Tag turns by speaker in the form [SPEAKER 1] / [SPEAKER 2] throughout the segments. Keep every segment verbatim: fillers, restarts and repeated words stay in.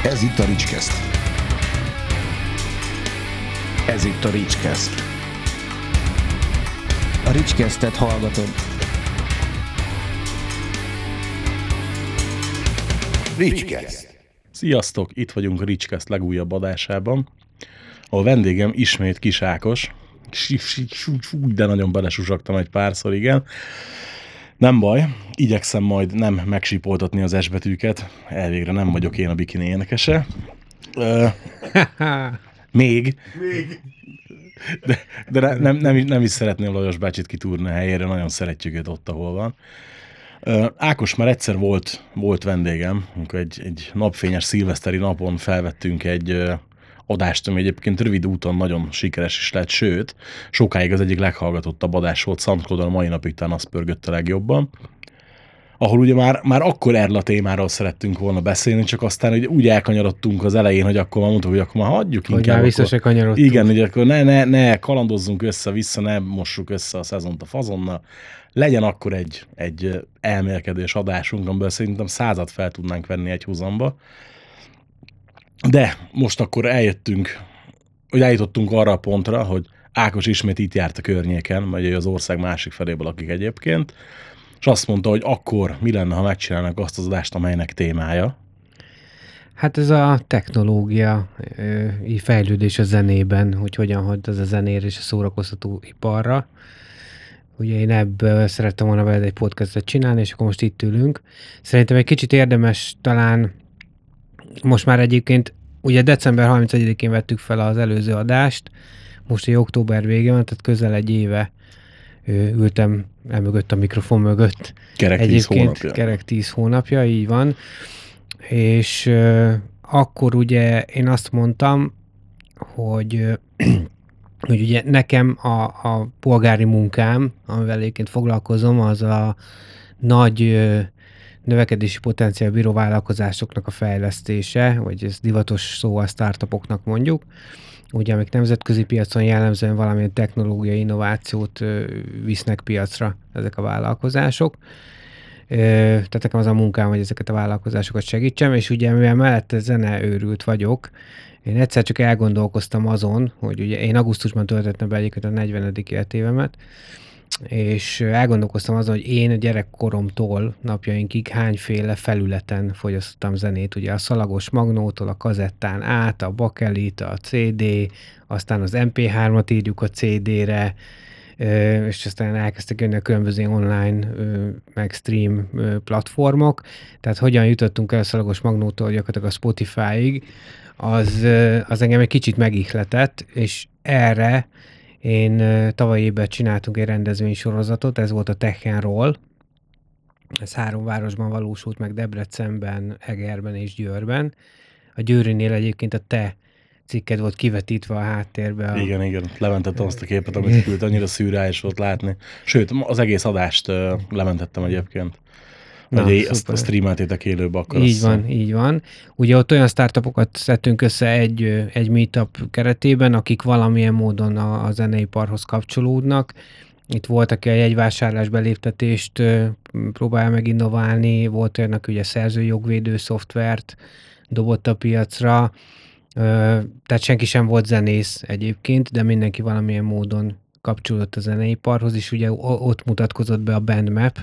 [SPEAKER 1] Ez itt a Ricskeszt. Ez itt a Ricskeszt.
[SPEAKER 2] A Ricskesztet hallgatod.
[SPEAKER 1] Ricskeszt.
[SPEAKER 3] Sziasztok! Itt vagyunk a Ricskeszt legújabb adásában, ahol vendégem ismét Kis Ákos. De nagyon belesusaktam egy párszor, igen. Nem baj, igyekszem majd nem megsipoltatni az S betűket. Elvégre nem vagyok én a bikini énekese. Uh, még. Még. De, de nem, nem, nem is szeretném Lajos bácsit kitúrni a helyére, nagyon szeretjük őt ott, ahol van. Uh, Ákos már egyszer volt, volt vendégem, amikor egy, egy napfényes szilveszteri napon felvettünk egy uh, adást, ami egyébként rövid úton nagyon sikeres is lett, sőt, sokáig az egyik leghallgatottabb adás volt, SoundCloudon a mai napig talán azt pörgött a legjobban, ahol ugye már, már akkor erről a témáról szerettünk volna beszélni, csak aztán ugye úgy elkanyarodtunk az elején, hogy akkor már mondtuk, hogy akkor már hagyjuk
[SPEAKER 4] hogy
[SPEAKER 3] inkább.
[SPEAKER 4] Hogy vissza se kanyarodtunk.
[SPEAKER 3] Igen, ugye akkor ne, ne, ne kalandozzunk össze-vissza, ne mossuk össze a szezont a fazonnal. Legyen akkor egy, egy elmélkedés adásunk, amiből szerintem százat fel tudnánk venni egy húzamba. De most akkor eljöttünk, hogy eljutottunk arra a pontra, hogy Ákos ismét itt járt a környéken, vagy az ország másik feléből lakik egyébként, és azt mondta, hogy akkor mi lenne, ha megcsinálnak azt az adást, amelynek témája.
[SPEAKER 4] Hát ez a technológia, így fejlődés a zenében, hogy hogyan hagy az a zenér és a szórakoztató iparra. Ugye én ebből szerettem volna veled egy podcastot csinálni, és akkor most itt ülünk. Szerintem egy kicsit érdemes talán, most már egyébként, ugye december harmincegyedikén vettük fel az előző adást, most egy október vége van, tehát közel egy éve ültem elmögött a mikrofon mögött.
[SPEAKER 3] Kerek tíz hónapja.
[SPEAKER 4] Kerek tíz hónapja, így van. És euh, akkor ugye én azt mondtam, hogy, hogy ugye nekem a, a polgári munkám, amivel egyébként foglalkozom, az a nagy ö, növekedési potenciál bíró vállalkozásoknak a fejlesztése, vagy ez divatos szó a startupoknak mondjuk, ugye amik nemzetközi piacon jellemzően valamilyen technológiai innovációt ö, visznek piacra ezek a vállalkozások. Ö, tehát nekem az a munkám, hogy ezeket a vállalkozásokat segítsem, és ugye mivel mellette zene őrült vagyok, én egyszer csak elgondolkoztam azon, hogy ugye én augusztusban töltöttem be egyébként a negyvenedik életévemet, és elgondolkoztam azon, hogy én gyerekkoromtól napjainkig hányféle felületen fogyasztottam zenét, ugye a szalagos magnótól, a kazettán át, a bakelit, a cé dé, aztán az em pé hármat írjuk a cé dére, és aztán elkezdtek jönni a különböző online meg stream platformok, tehát hogyan jutottunk el a szalagos magnótól gyakorlatilag a Spotify-ig, az, az engem egy kicsit megihletett, és erre én tavaly évben csináltunk egy rendezvénysorozatot, ez volt a Tech and Roll. Ez három városban valósult meg, Debrecenben, Egerben és Győrben. A Győrinél egyébként a te cikked volt kivetítve a háttérbe. A...
[SPEAKER 3] Igen, igen. Lementettem azt a képet, amit küld, annyira szürreális volt látni. Sőt, az egész adást uh, lementettem egyébként. Vagy ezt a streameltétek élőbe akkor.
[SPEAKER 4] Így van, szem. így van. Ugye ott olyan startupokat szedtünk össze egy, egy meetup keretében, akik valamilyen módon a, a zeneiparhoz kapcsolódnak. Itt volt, aki a jegyvásárlás beléptetést próbálja meg innoválni, volt olyan, aki ugye szerzőjogvédő szoftvert dobott a piacra, tehát senki sem volt zenész egyébként, de mindenki valamilyen módon kapcsolódott a zeneiparhoz, és ugye ott mutatkozott be a Bandmap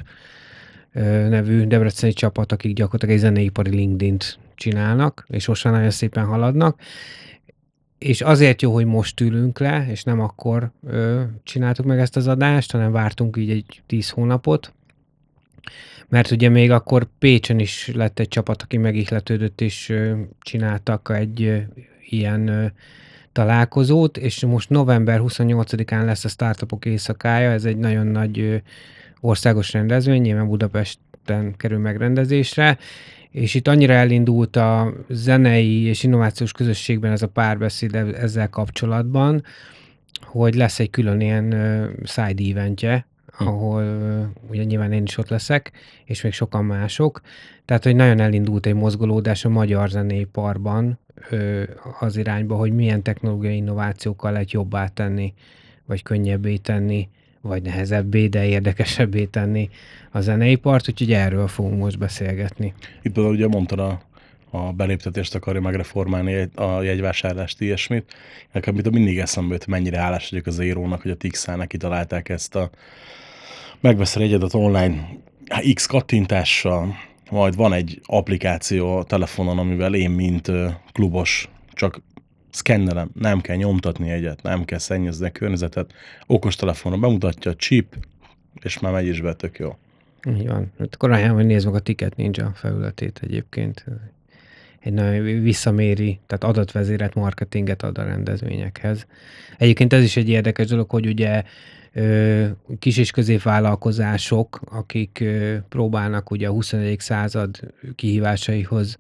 [SPEAKER 4] nevű debreceni csapat, akik gyakorlatilag egy zeneipari LinkedIn-t csinálnak, és most már nagyon szépen haladnak. És azért jó, hogy most ülünk le, és nem akkor ö, csináltuk meg ezt az adást, hanem vártunk így egy tíz hónapot, mert ugye még akkor Pécsen is lett egy csapat, aki megihletődött, és ö, csináltak egy ö, ilyen ö, találkozót, és most november huszonnyolcadikán lesz a Startupok éjszakája, ez egy nagyon nagy ö, országos rendezvény, nyilván Budapesten kerül megrendezésre, és itt annyira elindult a zenei és innovációs közösségben ez a párbeszéd ezzel kapcsolatban, hogy lesz egy külön ilyen uh, side eventje, hm. ahol uh, ugye nyilván én is ott leszek, és még sokan mások. Tehát, hogy nagyon elindult egy mozgolódás a magyar zeneiparban uh, az irányba, hogy milyen technológiai innovációkkal lehet jobbá tenni, vagy könnyebbé tenni, vagy nehezebbé, de érdekesebbé tenni a zeneipart, úgyhogy erről fogunk most beszélgetni.
[SPEAKER 3] Itt például ugye mondtad a, a beléptetést akarja megreformálni, a jegyvásárlást, ilyesmit. Nekem mit mindig eszembe jut, mennyire hálás vagyok az Aerónak, hogy a Tixának kitalálták ezt a megveszel egyedet online X kattintással, majd van egy applikáció a telefonon, amivel én, mint ö, klubos, csak szkennelem, nem kell nyomtatni egyet, nem kell szennyezni a környezetet, okostelefonra bemutatja a chip, és már megy is be, tök jó.
[SPEAKER 4] Így van. Hát akkor ajánlom, hogy nézd meg a Ticket Ninja felületét egyébként. Egy nagyon visszaméri, tehát adatvezérelt marketinget ad a rendezvényekhez. Egyébként ez is egy érdekes dolog, hogy ugye ö, kis és középvállalkozások, akik ö, próbálnak ugye a huszonegyedik század kihívásaihoz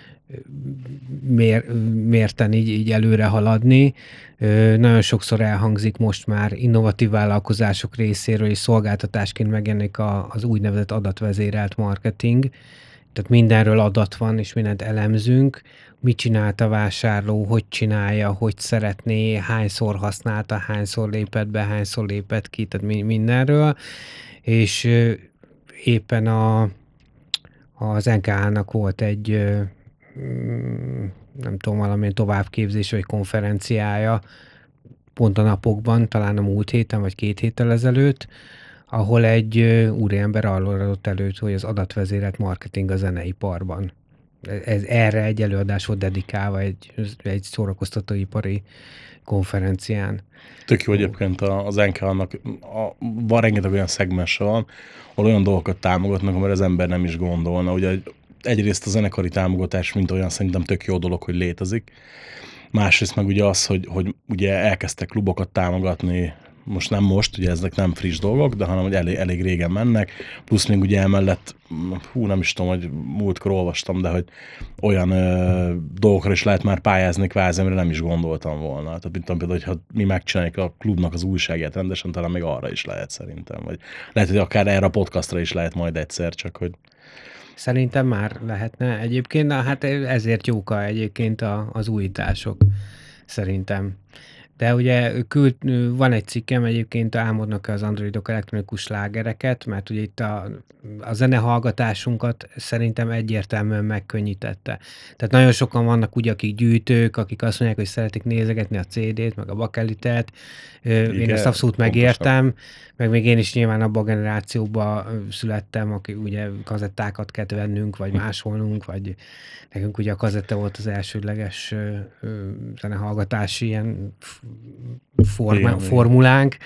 [SPEAKER 4] mér, mérten így, így előre haladni. Ö, nagyon sokszor elhangzik most már innovatív vállalkozások részéről, és szolgáltatásként megjelenik a, az úgynevezett adatvezérelt marketing. Tehát mindenről adat van, és mindent elemzünk. Mit csinált a vásárló, hogy csinálja, hogy szeretné, hányszor használta, hányszor lépett be, hányszor lépett ki, tehát mindenről. És ö, éppen a, az en ká á-nak volt egy ö, nem tudom, valamilyen továbbképzés vagy konferenciája pont a napokban, talán a múlt héten vagy két héttel ezelőtt, ahol egy úriember arról adott előtt, hogy az adatvezérelt marketing a zeneiparban. Ez, erre egy előadás volt dedikálva egy, egy szórakoztatóipari konferencián.
[SPEAKER 3] Tök jó egyébként az en ká á-nak, van rengeteg olyan szegmens van, ahol olyan dolgokat támogatnak, amire az ember nem is gondolna. Ugye egyrészt a zenekari támogatás, mint olyan, szerintem tök jó dolog, hogy létezik. Másrészt meg ugye az, hogy, hogy ugye elkezdtek klubokat támogatni, most nem most, ugye ezek nem friss dolgok, de hanem hogy elég, elég régen mennek, plusz még ugye emellett, hú, nem is tudom, hogy múltkor olvastam, de hogy olyan ö, dolgokra is lehet már pályázni kvázi, amire nem is gondoltam volna. Tehát mint például, hogyha mi megcsináljuk a klubnak az újságját rendesen, talán még arra is lehet szerintem. Vagy lehet, hogy akár erre a podcastra is lehet majd egyszer, csak hogy
[SPEAKER 4] Szerintem már lehetne egyébként, na hát ezért jók egyébként a, az újítások, szerintem. De ugye küld, van egy cikkem, egyébként álmodnak az androidok elektronikus slágereket, mert ugye itt a, a zenehallgatásunkat szerintem egyértelműen megkönnyítette. Tehát nagyon sokan vannak ugye, akik gyűjtők, akik azt mondják, hogy szeretik nézegetni a cé dét, meg a bakelitet. Igen, én ezt abszolút megértem, pontosan. Meg még én is nyilván abban a generációban születtem, aki ugye kazettákat kellett vennünk, vagy másolnunk, vagy nekünk ugye a kazetta volt az elsődleges zenehallgatási ilyen formá, igen, formulánk,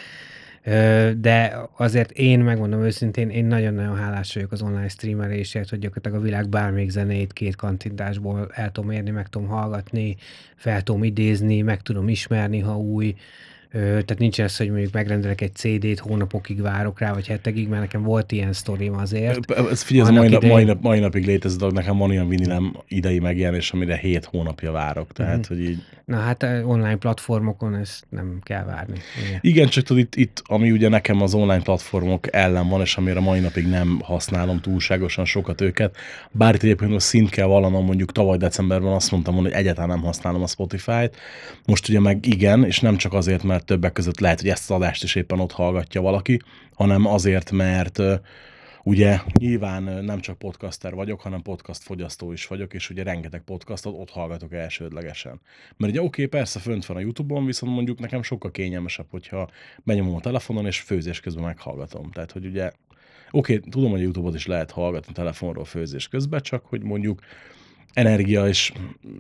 [SPEAKER 4] de azért én megmondom őszintén, én nagyon-nagyon hálás vagyok az online streamelésért, hogy gyakorlatilag a világ bármelyik zenét két kattintásból el tudom érni, meg tudom hallgatni, fel tudom idézni, meg tudom ismerni, ha új. Tehát nincs ez, hogy mondjuk megrendelek egy cé dét, hónapokig várok rá, vagy hetekig, mert nekem volt ilyen sztorim azért.
[SPEAKER 3] Ez figyelj, ez mai, nap, mai, nap, mai napig létező dolog, nekem van olyan vinilem idei megjelenés, amire hét hónapja várok, tehát, mm. hogy így...
[SPEAKER 4] Na hát online platformokon ezt nem kell várni.
[SPEAKER 3] Igen, Igen csak tudod, itt, itt, ami ugye nekem az online platformok ellen van, és amire mai napig nem használom túlságosan sokat őket, bár itt egyébként most szint kell vallanom, mondjuk tavaly decemberben azt mondtam, hogy egyáltalán nem használom a Spotify-t, most ugye meg igen, és nem csak azért, mert többek között lehet, hogy ezt az adást is éppen ott hallgatja valaki, hanem azért, mert uh, ugye nyilván nem csak podcaster vagyok, hanem podcast fogyasztó is vagyok, és ugye rengeteg podcastot ott hallgatok elsődlegesen. Mert ugye oké, okay, persze fönt van a YouTube-on, viszont mondjuk nekem sokkal kényelmesebb, hogyha benyomom a telefonon, és főzés közben meghallgatom. Tehát, hogy ugye oké, okay, tudom, hogy a YouTube-ot is lehet hallgatni telefonról főzés közben, csak hogy mondjuk energia és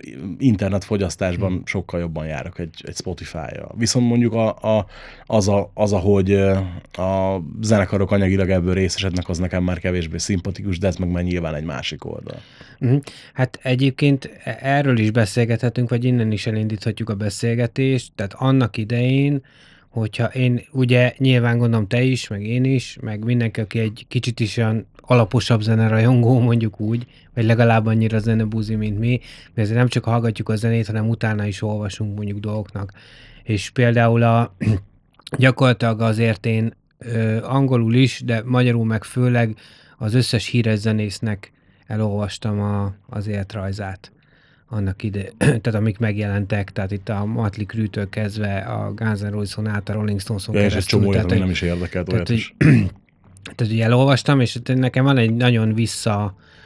[SPEAKER 3] internetfogyasztásban hmm. sokkal jobban járok egy, egy Spotify-jal. Viszont mondjuk a, a, az, a, az, ahogy a zenekarok anyagilag ebből részesednek, az nekem már kevésbé szimpatikus, de ez meg már nyilván egy másik oldal.
[SPEAKER 4] Hmm. Hát egyébként erről is beszélgethetünk, vagy innen is elindíthatjuk a beszélgetést, tehát annak idején, hogyha én, ugye nyilván gondolom te is, meg én is, meg mindenki, aki egy kicsit is olyan alaposabb zenerajongó, mondjuk úgy, vagy legalább annyira zenebúzi, mint mi, mert ezért nem csak hallgatjuk a zenét, hanem utána is olvasunk mondjuk dolgoknak. És például a, gyakorlatilag azért én ö, angolul is, de magyarul meg főleg az összes híres zenésznek elolvastam a, az életrajzát. Annak ide, tehát amik megjelentek, tehát itt a Mötley Crüe-től kezdve a Guns N' Roses-on át a Rolling Stones-on
[SPEAKER 3] keresztül. És egy csomó olyat, ami nem is érdekelt, olyat is.
[SPEAKER 4] Tehát, hogy elolvastam, és nekem van egy nagyon vissza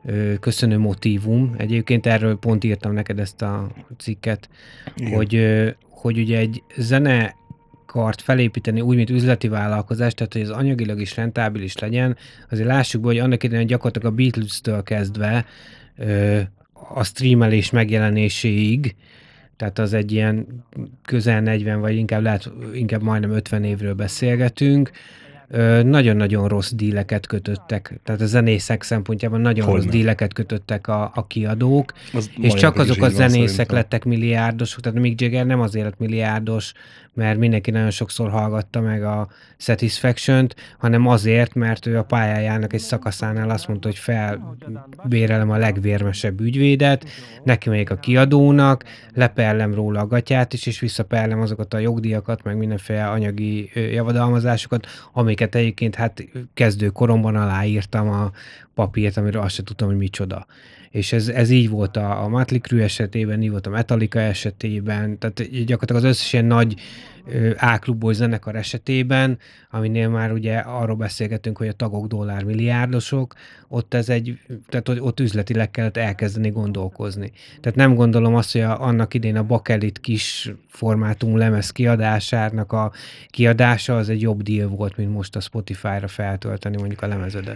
[SPEAKER 4] köszönő motívum. Egyébként erről pont írtam neked ezt a cikket, hogy, hogy ugye egy zenekart felépíteni úgy, mint üzleti vállalkozás, tehát hogy az anyagilag is rentábilis legyen, azért lássuk be, hogy annak idején gyakorlatilag a Beatles-től kezdve a streamelés megjelenéséig, tehát az egy ilyen közel negyven, vagy inkább lehet, inkább majdnem ötven évről beszélgetünk, nagyon-nagyon rossz díleket kötöttek, tehát a zenészek szempontjában nagyon Hogyne. rossz díleket kötöttek a, a kiadók, az és csak azok a zenészek lettek milliárdosok, tehát Mick Jagger nem azért lett milliárdos, mert mindenki nagyon sokszor hallgatta meg a Satisfaction-t, hanem azért, mert ő a pályájának egy szakaszánál azt mondta, hogy felbérelem a legvérmesebb ügyvédet, neki megyek a kiadónak, leperlem róla a gatyát is, és visszaperlem azokat a jogdíjakat, meg mindenféle anyagi javadalmazásokat, amiket egyébként hát kezdő koromban aláírtam a papírt, amiről azt sem tudtam, hogy micsoda. És ez, ez így volt a, a Mötley Crüe esetében, így volt a Metallica esetében, tehát gyakorlatilag az összes ilyen nagy A-klubos zenekar esetében, aminél már ugye arról beszélgetünk, hogy a tagok dollármilliárdosok, ott ez egy, tehát ott üzletileg kellett elkezdeni gondolkozni. Tehát nem gondolom azt, hogy a, annak idén a Bakelit kis formátumú lemez kiadásának a kiadása az egy jobb deal volt, mint most a Spotify-ra feltölteni mondjuk a lemezedet.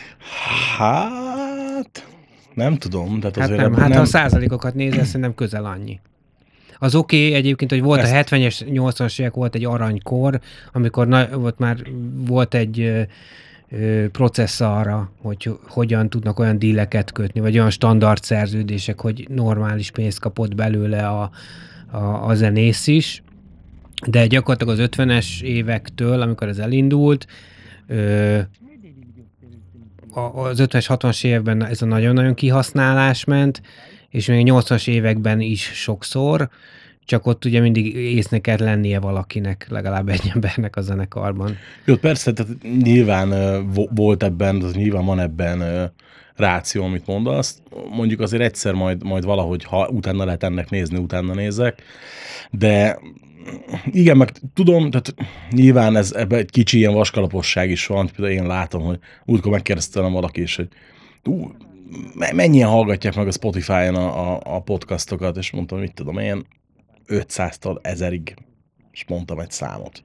[SPEAKER 3] Hát... Nem tudom. Tehát
[SPEAKER 4] hát
[SPEAKER 3] azért
[SPEAKER 4] nem, hát
[SPEAKER 3] nem...
[SPEAKER 4] ha a százalékokat nézel, szerintem közel annyi. Az oké okay, egyébként, hogy volt Ezt... a hetvenes, nyolcvanas évek volt egy aranykor, amikor na, volt már volt egy ö, ö, processz arra, hogy hogyan tudnak olyan díleket kötni, vagy olyan standard szerződések, hogy normális pénzt kapott belőle a, a, a zenész is. De gyakorlatilag az ötvenes évektől, amikor ez elindult, ö, az ötvenes, hatvanas években ez a nagyon-nagyon kihasználás ment, és még a nyolcvanas években is sokszor, csak ott ugye mindig észnek kell lennie valakinek, legalább egy embernek a zenekarban.
[SPEAKER 3] Jó, persze, tehát nyilván uh, volt ebben, nyilván van ebben uh, ráció, amit mondasz. Mondjuk azért egyszer majd, majd valahogy, ha utána lehet ennek nézni, utána nézek, de igen, meg tudom, tehát nyilván ez, ebben egy kicsi ilyen vaskalaposság is van, például én látom, hogy útkor megkérdeztem valaki is, hogy ú, mennyien hallgatják meg a Spotify-on a, a, a podcastokat, és mondtam, mit tudom én, ötszáztól ezerig, és mondtam egy számot.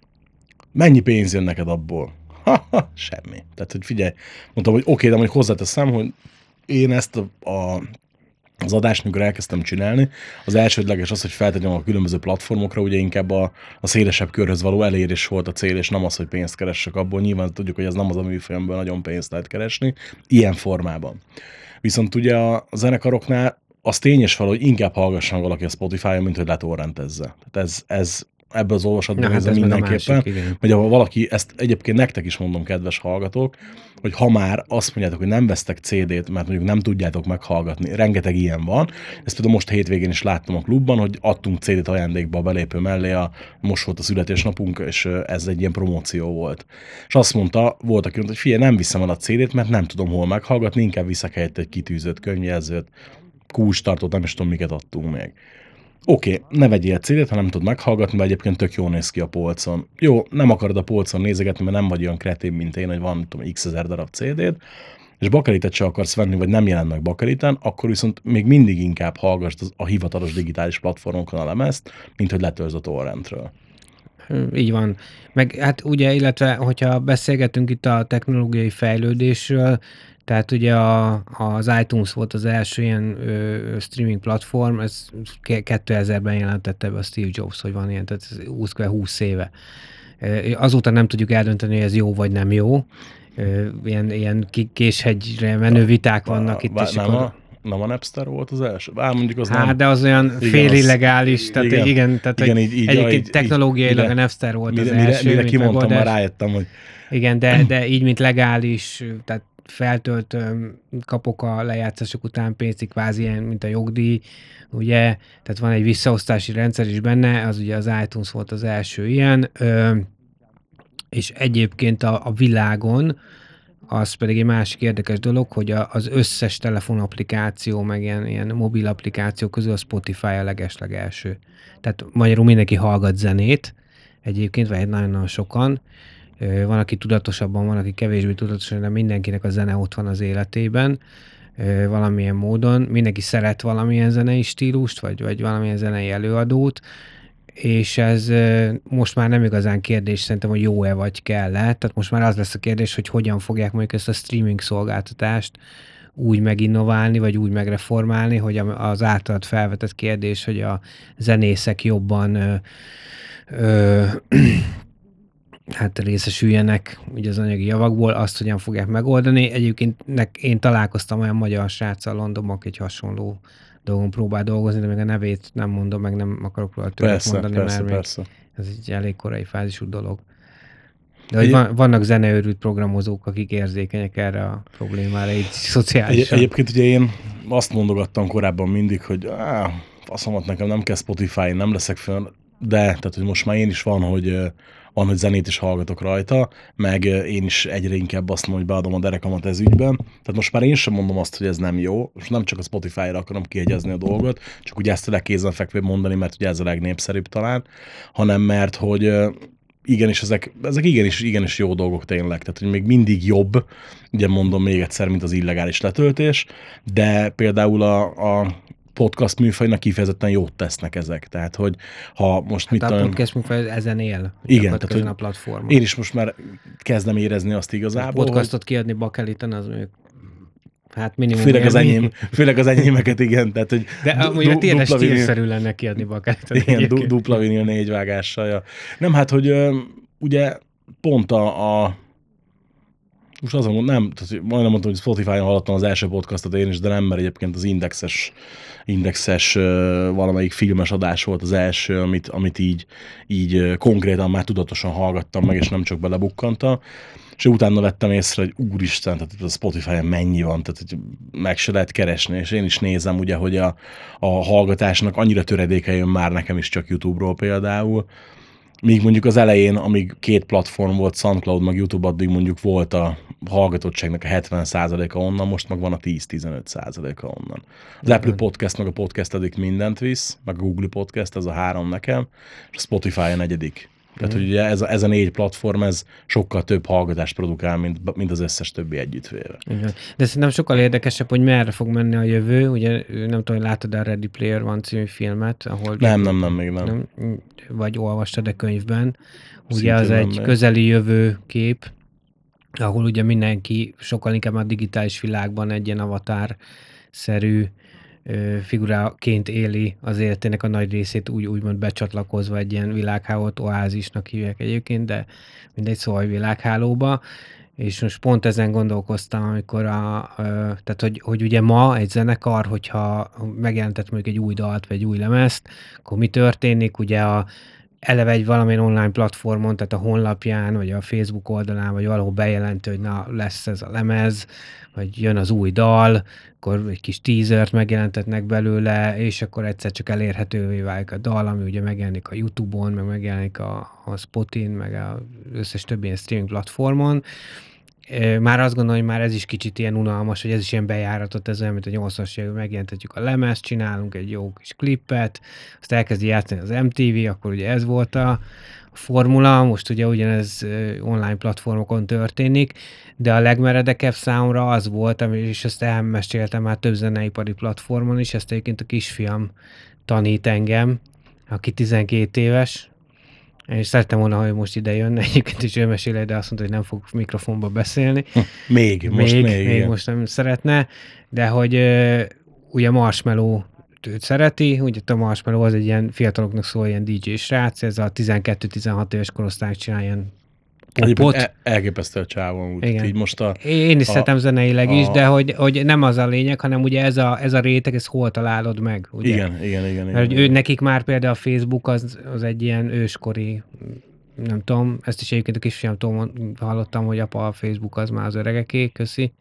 [SPEAKER 3] Mennyi pénz jön neked abból? Ha-ha, semmi. Tehát, hogy figyelj, mondtam, hogy oké, okay, de mondjuk hozzáteszem, hogy én ezt a, a az adást, amikor elkezdtem csinálni, az elsődleges az, hogy feltegyem a különböző platformokra, ugye inkább a, a szélesebb körhöz való elérés volt a cél, és nem az, hogy pénzt keressek abból. Nyilván tudjuk, hogy ez nem az a műfaj, amiből nagyon pénzt lehet keresni, ilyen formában. Viszont ugye a zenekaroknál az tényes fel, hogy inkább hallgasson valaki a Spotify-on, mint hogy letorrentezze. Tehát ez, ez ebből az olvasatban nézem hát mindenképpen, másik, hogy ha valaki, ezt egyébként nektek is mondom, kedves hallgatók, hogy ha már azt mondjátok, hogy nem vesztek cé dét, mert mondjuk nem tudjátok meghallgatni, rengeteg ilyen van. Ezt például most hétvégén is láttam a klubban, hogy adtunk cé dét ajándékba a belépő mellé, a, most volt a születésnapunk, és ez egy ilyen promóció volt. És azt mondta, volt aki mondta, hogy figyelj, nem viszem el a cé dét, mert nem tudom hol meghallgatni, inkább viszek helyett egy kitűzött könyvjelzőt, kulcstartót, nem is tudom, miket adtunk még. Oké, okay, ne vegyél cé dét, ha nem tud meghallgatni, mert egyébként tök jól néz ki a polcon. Jó, nem akarod a polcon nézegetni, mert nem vagy olyan kretén, mint én, hogy van tudom, x ezer darab cé dét, és bakelitet se akarsz venni, vagy nem jelent meg bakeliten, akkor viszont még mindig inkább hallgassd a hivatalos digitális platformokon a lemezt, mint hogy letöltsd a torrentről.
[SPEAKER 4] Így van. Meg hát ugye, illetve, hogyha beszélgetünk itt a technológiai fejlődésről, tehát ugye a, az iTunes volt az első ilyen ö, streaming platform, ez kétezerben jelentette be a Steve Jobs, hogy van ilyen, tehát ez húsz éve. Azóta nem tudjuk eldönteni, hogy ez jó vagy nem jó. Ilyen, ilyen késhegyre menő viták vannak itt. És
[SPEAKER 3] nem,
[SPEAKER 4] akkor...
[SPEAKER 3] a, nem a Napster volt az első? Á, mondjuk az
[SPEAKER 4] hát,
[SPEAKER 3] nem...
[SPEAKER 4] de az olyan fél illegális, tehát igen, igen tehát
[SPEAKER 3] igen, így, így,
[SPEAKER 4] egyébként
[SPEAKER 3] így,
[SPEAKER 4] technológiailag
[SPEAKER 3] így,
[SPEAKER 4] a Napster volt
[SPEAKER 3] mire,
[SPEAKER 4] az első.
[SPEAKER 3] Mire, mire kimondtam, már rájöttem, hogy...
[SPEAKER 4] Igen, de, de így, mint legális, tehát feltöltöm, kapok a lejátszások után pénzt, kvázi ilyen, mint a jogdíj, ugye, tehát van egy visszaosztási rendszer is benne, az ugye az iTunes volt az első ilyen, ö, és egyébként a, a világon, az pedig egy másik érdekes dolog, hogy a, az összes telefonapplikáció, meg ilyen, ilyen mobil applikáció közül a Spotify a legeslegelső. Tehát magyarul mindenki hallgat zenét, egyébként, vagy nagyon-nagyon sokan, van, aki tudatosabban, van, aki kevésbé tudatosan, de mindenkinek a zene ott van az életében. ö, valamilyen módon. Mindenki szeret valamilyen zenei stílust, vagy, vagy valamilyen zenei előadót, és ez ö, most már nem igazán kérdés szerintem, hogy jó-e vagy kell-e. Tehát most már az lesz a kérdés, hogy hogyan fogják mondjuk ezt a streaming szolgáltatást úgy meginnoválni, vagy úgy megreformálni, hogy az általad felvetett kérdés, hogy a zenészek jobban ö, ö, hát részesüljenek ugye az anyagi javakból, azt hogyan fogják megoldani. Egyébként nek, én találkoztam olyan magyar sráccal Londonban, aki egy hasonló dolgon próbál dolgozni, de még a nevét nem mondom, meg nem akarok róla többet
[SPEAKER 3] Persze,
[SPEAKER 4] mondani,
[SPEAKER 3] persze,
[SPEAKER 4] mert
[SPEAKER 3] persze.
[SPEAKER 4] ez egy elég korai fázisú dolog. De hogy van, vannak zeneőrült programozók, akik érzékenyek erre a problémára, így szociálisan.
[SPEAKER 3] Egy, egyébként ugye én azt mondogattam korábban mindig, hogy áh, faszomat nekem nem kell Spotify, nem leszek fönn, de tehát, hogy most már én is van, hogy van, hogy zenét is hallgatok rajta, meg én is egyre inkább azt mondom, hogy beadom a derekamat ez ügyben. Tehát most már én sem mondom azt, hogy ez nem jó, most nem csak a Spotify-ra akarom kiegyezni a dolgot, csak ugye ezt a legkézenfekvőbb mondani, mert ugye ez a legnépszerűbb talán, hanem mert, hogy igenis, ezek, ezek igenis, igenis jó dolgok tényleg, tehát hogy még mindig jobb, ugye mondom még egyszer, mint az illegális letöltés, de például a, a podcast műfajnak kifejezetten jót tesznek ezek, tehát hogy ha most
[SPEAKER 4] Hát
[SPEAKER 3] mit
[SPEAKER 4] a
[SPEAKER 3] tudom...
[SPEAKER 4] podcast műfaj ezen él.
[SPEAKER 3] Igen, tehát hogy
[SPEAKER 4] a platformon.
[SPEAKER 3] Én is most már kezdem érezni azt igazából,
[SPEAKER 4] a podcastot hogy... kiadni Bakeliten, az mondjuk hát minimum.
[SPEAKER 3] Főleg az, enyém, főleg az enyémeket, igen. Tehát, hogy
[SPEAKER 4] de amúgy a tényleg stílszerű lenne kiadni Bakeliten.
[SPEAKER 3] Igen, du, dupla vinil négy vágással. Ja. Nem, hát, hogy ö, ugye pont a, a most azon mondom, nem, tehát majdnem mondtam, hogy Spotify-on hallottam az első podcastot én is, de nem, mert egyébként az indexes, indexes uh, valamelyik filmes adás volt az első, amit, amit így, így uh, konkrétan már tudatosan hallgattam meg, és nem csak belebukkantam. És utána vettem észre, hogy úristen, tehát a Spotify-on mennyi van, tehát hogy meg se lehet keresni, és én is nézem ugye, hogy a, a hallgatásnak annyira töredéke jön már nekem is csak YouTube-ról például, míg mondjuk az elején, amíg két platform volt, SoundCloud meg YouTube, addig mondjuk volt a hallgatottságnak a hetven százaléka onnan, most meg van a tíz-tizenöt százaléka onnan. Az Apple Podcast meg a Podcast Addict mindent visz, meg a Google Podcast, ez a három nekem, és a Spotify a negyedik. Tehát, hogy ugye ez a, ez a négy platform, ez sokkal több hallgatást produkál, mint, mint az összes többi együttvéve.
[SPEAKER 4] Igen. De szerintem sokkal érdekesebb, hogy merre fog menni a jövő. Ugye nem tudom, hogy láttad a Ready Player One című filmet, ahol...
[SPEAKER 3] Nem, nem, nem, még nem. nem
[SPEAKER 4] vagy olvastad a könyvben. Ugye
[SPEAKER 3] Szintén
[SPEAKER 4] az egy
[SPEAKER 3] meg.
[SPEAKER 4] közeli jövő kép, ahol ugye mindenki sokkal inkább a digitális világban egy ilyen avatar-szerű figuráként éli az életének a nagy részét, úgy, úgymond becsatlakozva egy ilyen világhálót, oázisnak hívják egyébként, de mindegy, szóval világhálóba, és most pont ezen gondolkoztam, amikor a, a tehát, hogy, hogy ugye ma egy zenekar, hogyha megjelentett mondjuk egy új dalt, vagy egy új lemezt, akkor mi történik? Ugye a eleve egy valamilyen online platformon, tehát a honlapján, vagy a Facebook oldalán, vagy valahol bejelentő, hogy na, lesz ez a lemez, vagy jön az új dal, akkor egy kis teasert megjelentetnek belőle, és akkor egyszer csak elérhetővé válik a dal, ami ugye megjelenik a YouTube-on, meg megjelenik a, a Spotin, meg az összes többi ilyen streaming platformon. Már azt gondolom, hogy már ez is kicsit ilyen unalmas, hogy ez is ilyen bejáratot, ez olyan, mint a nyolcvanas években megjelentetjük a lemezt, csinálunk egy jó kis klippet, azt elkezdi játszani az em té vé, akkor ugye ez volt a, a formula, most ugye ugyanez online platformokon történik, de a legmeredekebb számomra az volt, és ezt elmeséltem már több zeneipari platformon is, ezt egyébként a kisfiam tanít engem, aki tizenkét éves, és szerettem volna, hogy most ide jönne, egyébként is ő mesél, de azt mondta, hogy nem fog mikrofonba beszélni.
[SPEAKER 3] Még, most még. Még,
[SPEAKER 4] még most nem szeretne, de hogy uh, ugye Marshmello őt szereti, ugye a Marshmello az egy ilyen fiataloknak szól, ilyen dé dzsé srác, ez a tizenkettő-tizenhat éves korosztály csinál ilyen popot.
[SPEAKER 3] El, elképesztő a csávon, úgy. Így most a,
[SPEAKER 4] Én is
[SPEAKER 3] a,
[SPEAKER 4] szeretem zeneileg
[SPEAKER 3] a,
[SPEAKER 4] is, de hogy, hogy nem az a lényeg, hanem ugye ez a, ez a réteg, ez hol találod meg. Ugye?
[SPEAKER 3] Igen, igen, igen.
[SPEAKER 4] Mert
[SPEAKER 3] igen,
[SPEAKER 4] ő,
[SPEAKER 3] igen.
[SPEAKER 4] nekik már például a Facebook az, az egy ilyen őskori, nem tudom, ezt is egyébként a kisfiamtól hallottam, hogy apa, a Facebook az már az öregeké, köszi.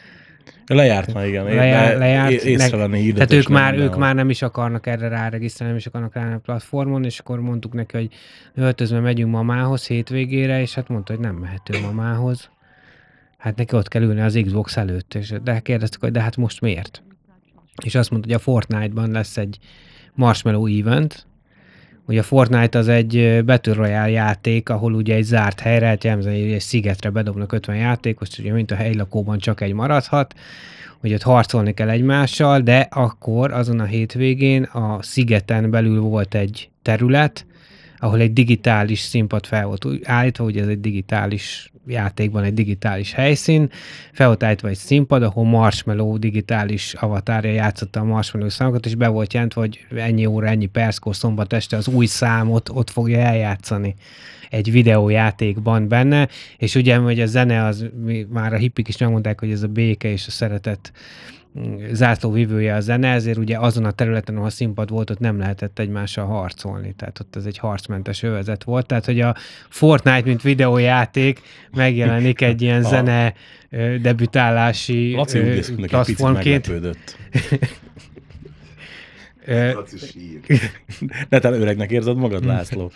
[SPEAKER 3] Lejárt már, igen.
[SPEAKER 4] Lejár, lejárt.
[SPEAKER 3] Észrevenni hirdetés.
[SPEAKER 4] Tehát ők már, ők már nem is akarnak erre ráregisztrálni, nem is akarnak rá a platformon, és akkor mondtuk neki, hogy öltözve megyünk mamához hétvégére, és hát mondta, hogy nem mehető mamához. Hát neki ott kell ülni az Xbox előtt, és de kérdeztük, hogy de hát most miért? És azt mondta, hogy a Fortnite-ban lesz egy Marshmello event, Ugye a Fortnite az egy Battle Royale játék, ahol ugye egy zárt helyre, hát jellemzően egy szigetre bedobnak ötven játékos, ugye mint a helylakóban csak egy maradhat, hogy ott harcolni kell egymással, de akkor azon a hétvégén a szigeten belül volt egy terület, ahol egy digitális színpad fel volt állítva, ugye ez egy digitális játékban egy digitális helyszín, fel volt állítva egy színpad, ahol Marshmallow digitális avatárja játszotta a Marshmallow számokat, és be volt jelentve, hogy ennyi óra, ennyi perckor szombat este az új számot ott fogja eljátszani egy videójátékban benne, és ugye, hogy a zene az, már a hippik is megmondták, hogy ez a béke és a szeretet zászlóvivője a zene, ezért ugye azon a területen, ahol a színpad volt, ott nem lehetett egymással harcolni. Tehát ott ez egy harcmentes övezet volt. Tehát, hogy a Fortnite, mint videójáték megjelenik egy ilyen a... zene debütálási
[SPEAKER 3] Laci úgy néz, neki picit meglepődött.
[SPEAKER 1] Laci sír.
[SPEAKER 3] Ne te öregnek érzed magad, László?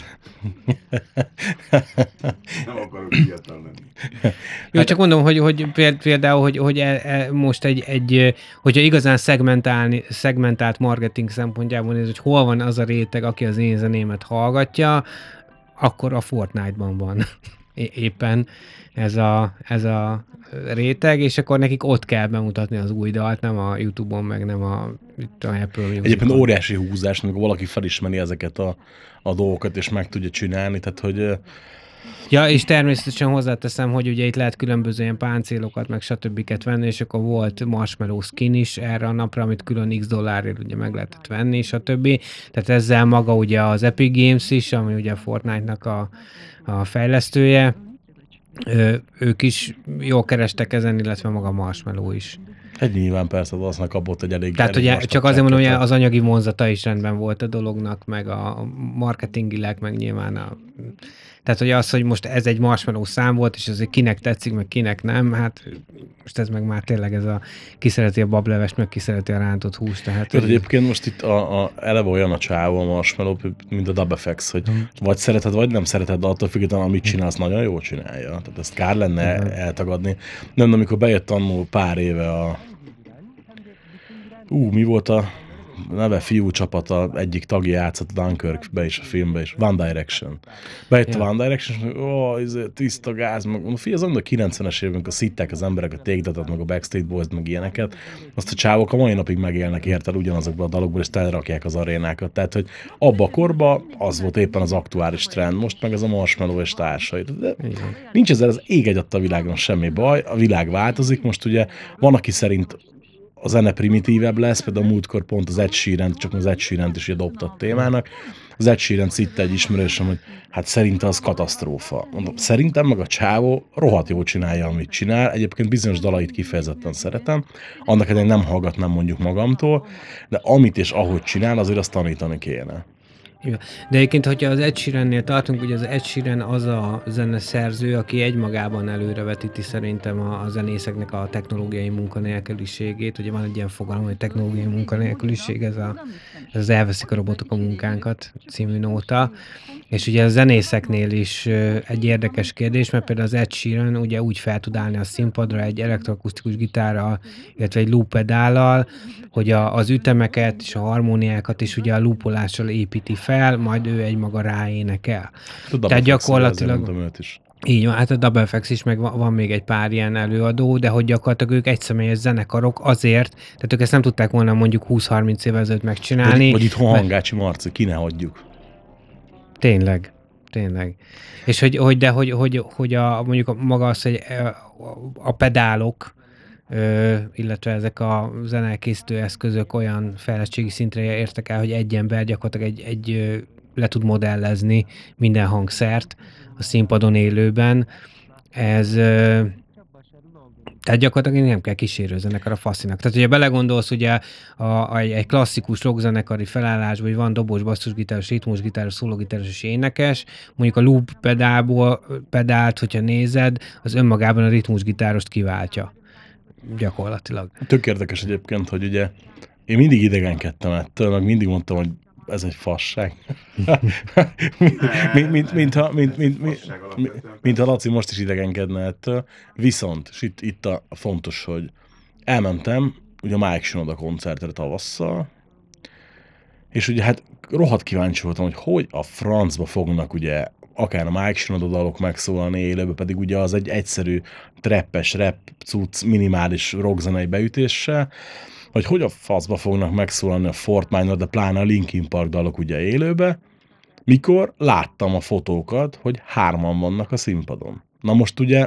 [SPEAKER 1] Nem akarok fiatal lenni.
[SPEAKER 4] Jó, hát, csak mondom, hogy, hogy például, hogy, hogy e, e, most egy, egy, hogyha igazán szegmentálni, szegmentált marketing szempontjából néz, hogy hol van az a réteg, aki az én zenémet hallgatja, akkor a Fortnite-ban van éppen ez a, ez a réteg, és akkor nekik ott kell bemutatni az új dalt, nem a YouTube-on, meg nem a, itt a Apple Music-on.
[SPEAKER 3] Egyébként óriási húzás, amikor valaki felismeri ezeket a, a dolgokat, és meg tudja csinálni, tehát hogy...
[SPEAKER 4] Ja, és természetesen hozzáteszem, hogy ugye itt lehet különböző ilyen páncélokat, meg stb. Venni, és akkor volt Marshmallow skin is erre a napra, amit külön x dollárért ugye meg lehetett venni, stb. Tehát ezzel maga ugye az Epic Games is, ami ugye a Fortnite-nak a, a fejlesztője, Ö, ők is jól kerestek ezen, illetve maga Marshmallow is.
[SPEAKER 3] Egy nyilván persze, az aznak kapott egy elég...
[SPEAKER 4] Tehát
[SPEAKER 3] elég
[SPEAKER 4] ugye csak azért mondom, hogy az anyagi vonzata is rendben volt a dolognak, meg a marketingileg, meg nyilván a... Tehát, hogy az, hogy most ez egy Marshmallow szám volt, és azért kinek tetszik, meg kinek nem, hát most ez meg már tényleg ez a ki szereti a bablevest, meg ki szereti a rántott húst. Tehát,
[SPEAKER 3] Tehát egyébként most itt a, a, eleve olyan a csávó a Marshmallow, mint a Dub F X, hogy hmm. vagy szereted, vagy nem szereted, de attól függetlenül, amit csinálsz, nagyon jól csinálja. Tehát ezt kár lenne hmm. eltagadni. Nem, amikor bejött annó pár éve a... Ú, mi volt a neve fiú csapata, egyik tagja játszott a Dunkirkbe is, a filmbe is, One Direction. Bejött yeah. a One Direction, és ó, ez tiszta gáz, meg fi, az a kilencvenes évünk, a szitták az emberek, a Take-That-et, meg a Backstreet Boys, meg ilyeneket, azt a csávok a mai napig megélnek, érted, ugyanazokban a dalokból, és telerakják az arénákat. Tehát, hogy abba a korba az volt éppen az aktuális trend, most meg ez a Marshmallow és társai. De nincs ezzel az ég egyadt a világon semmi baj, a világ változik, most ugye van, aki szerint a zene primitívebb lesz, például a múltkor pont az Ed Sheeran, csak az Ed Sheeran-t is dobta témának. Az Ed Sheeran szitte egy ismerősöm, hogy hát szerinte az katasztrófa. Mondom, szerintem meg a csávó rohadt jól csinálja, amit csinál. Egyébként bizonyos dalait kifejezetten szeretem. Annak ellenére nem hallgatnám mondjuk magamtól, de amit és ahogy csinál, azért azt tanítani kéne.
[SPEAKER 4] Ja. De egyébként, hogyha az Ed Sheerannél tartunk, ugye az Ed Sheeran az a zeneszerző, aki egymagában előrevetíti szerintem a, a zenészeknek a technológiai munkanélküliségét. Ugye van egy ilyen fogalom, hogy technológiai munkanélküliség, ez, a, ez az elveszik a robotok a munkánkat című nóta. És ugye a zenészeknél is egy érdekes kérdés, mert például az Ed Sheeran ugye úgy fel tud állni a színpadra egy elektroakusztikus gitárral, illetve egy loop pedállal, hogy a, az ütemeket és a harmóniákat is ugye a loopolással építi fel, majd ő egymaga ráénekel. Tehát gyakorlatilag... Így van, hát a Double F X is, meg van, van még egy pár ilyen előadó, de hogy gyakorlatilag ők egyszemélyes zenekarok azért, tehát ők ezt nem tudták volna mondjuk húsz-harminc évvel ezelőtt megcsinálni.
[SPEAKER 3] Vagy, vagy itt Hangácsi Marci, ki ne hagyjuk.
[SPEAKER 4] Tényleg, tényleg. És hogy, hogy de hogy, hogy, hogy a, mondjuk a, maga az, hogy a pedálok, Ö, illetve ezek a zenekészítő eszközök olyan fejlettségi szintre értek el, hogy egy ember gyakorlatilag egy, egy le tud modellezni minden hangszert a színpadon élőben. Ez ö, tehát gyakorlatilag nem kell kísérő zenekar a faszinak. Tehát ugye belegondolsz, ugye a, a, egy klasszikus rockzenekari felállásban, hogy van dobos, basszusgitáros, ritmusgitáros, szólógitáros és énekes, mondjuk a loop pedálból, pedált, hogyha nézed, az önmagában a ritmusgitárost kiváltja. Gyakorlatilag.
[SPEAKER 3] Tök érdekes egyébként, hogy ugye én mindig idegenkedtem ettől, meg mindig mondtam, hogy ez egy fasság. mint, mint, mint, ha, mint, mint, mint, mint ha Laci most is idegenkedne ettől. Viszont, és itt, itt a fontos, hogy elmentem ugye a Mike Shinoda koncertre tavasszal, És ugye hát rohadt kíváncsi voltam, hogy hogy a francba fognak ugye akár a Mike Shinoda dalok megszólalni élőbe, pedig ugye az egy egyszerű trappes, rap, cucc, minimális rockzenei beütéssel, hogy hogy a faszba fognak megszólalni a Fort Minor, de pláne a Linkin Park dalok ugye élőbe, mikor láttam a fotókat, hogy hárman vannak a színpadon. Na most ugye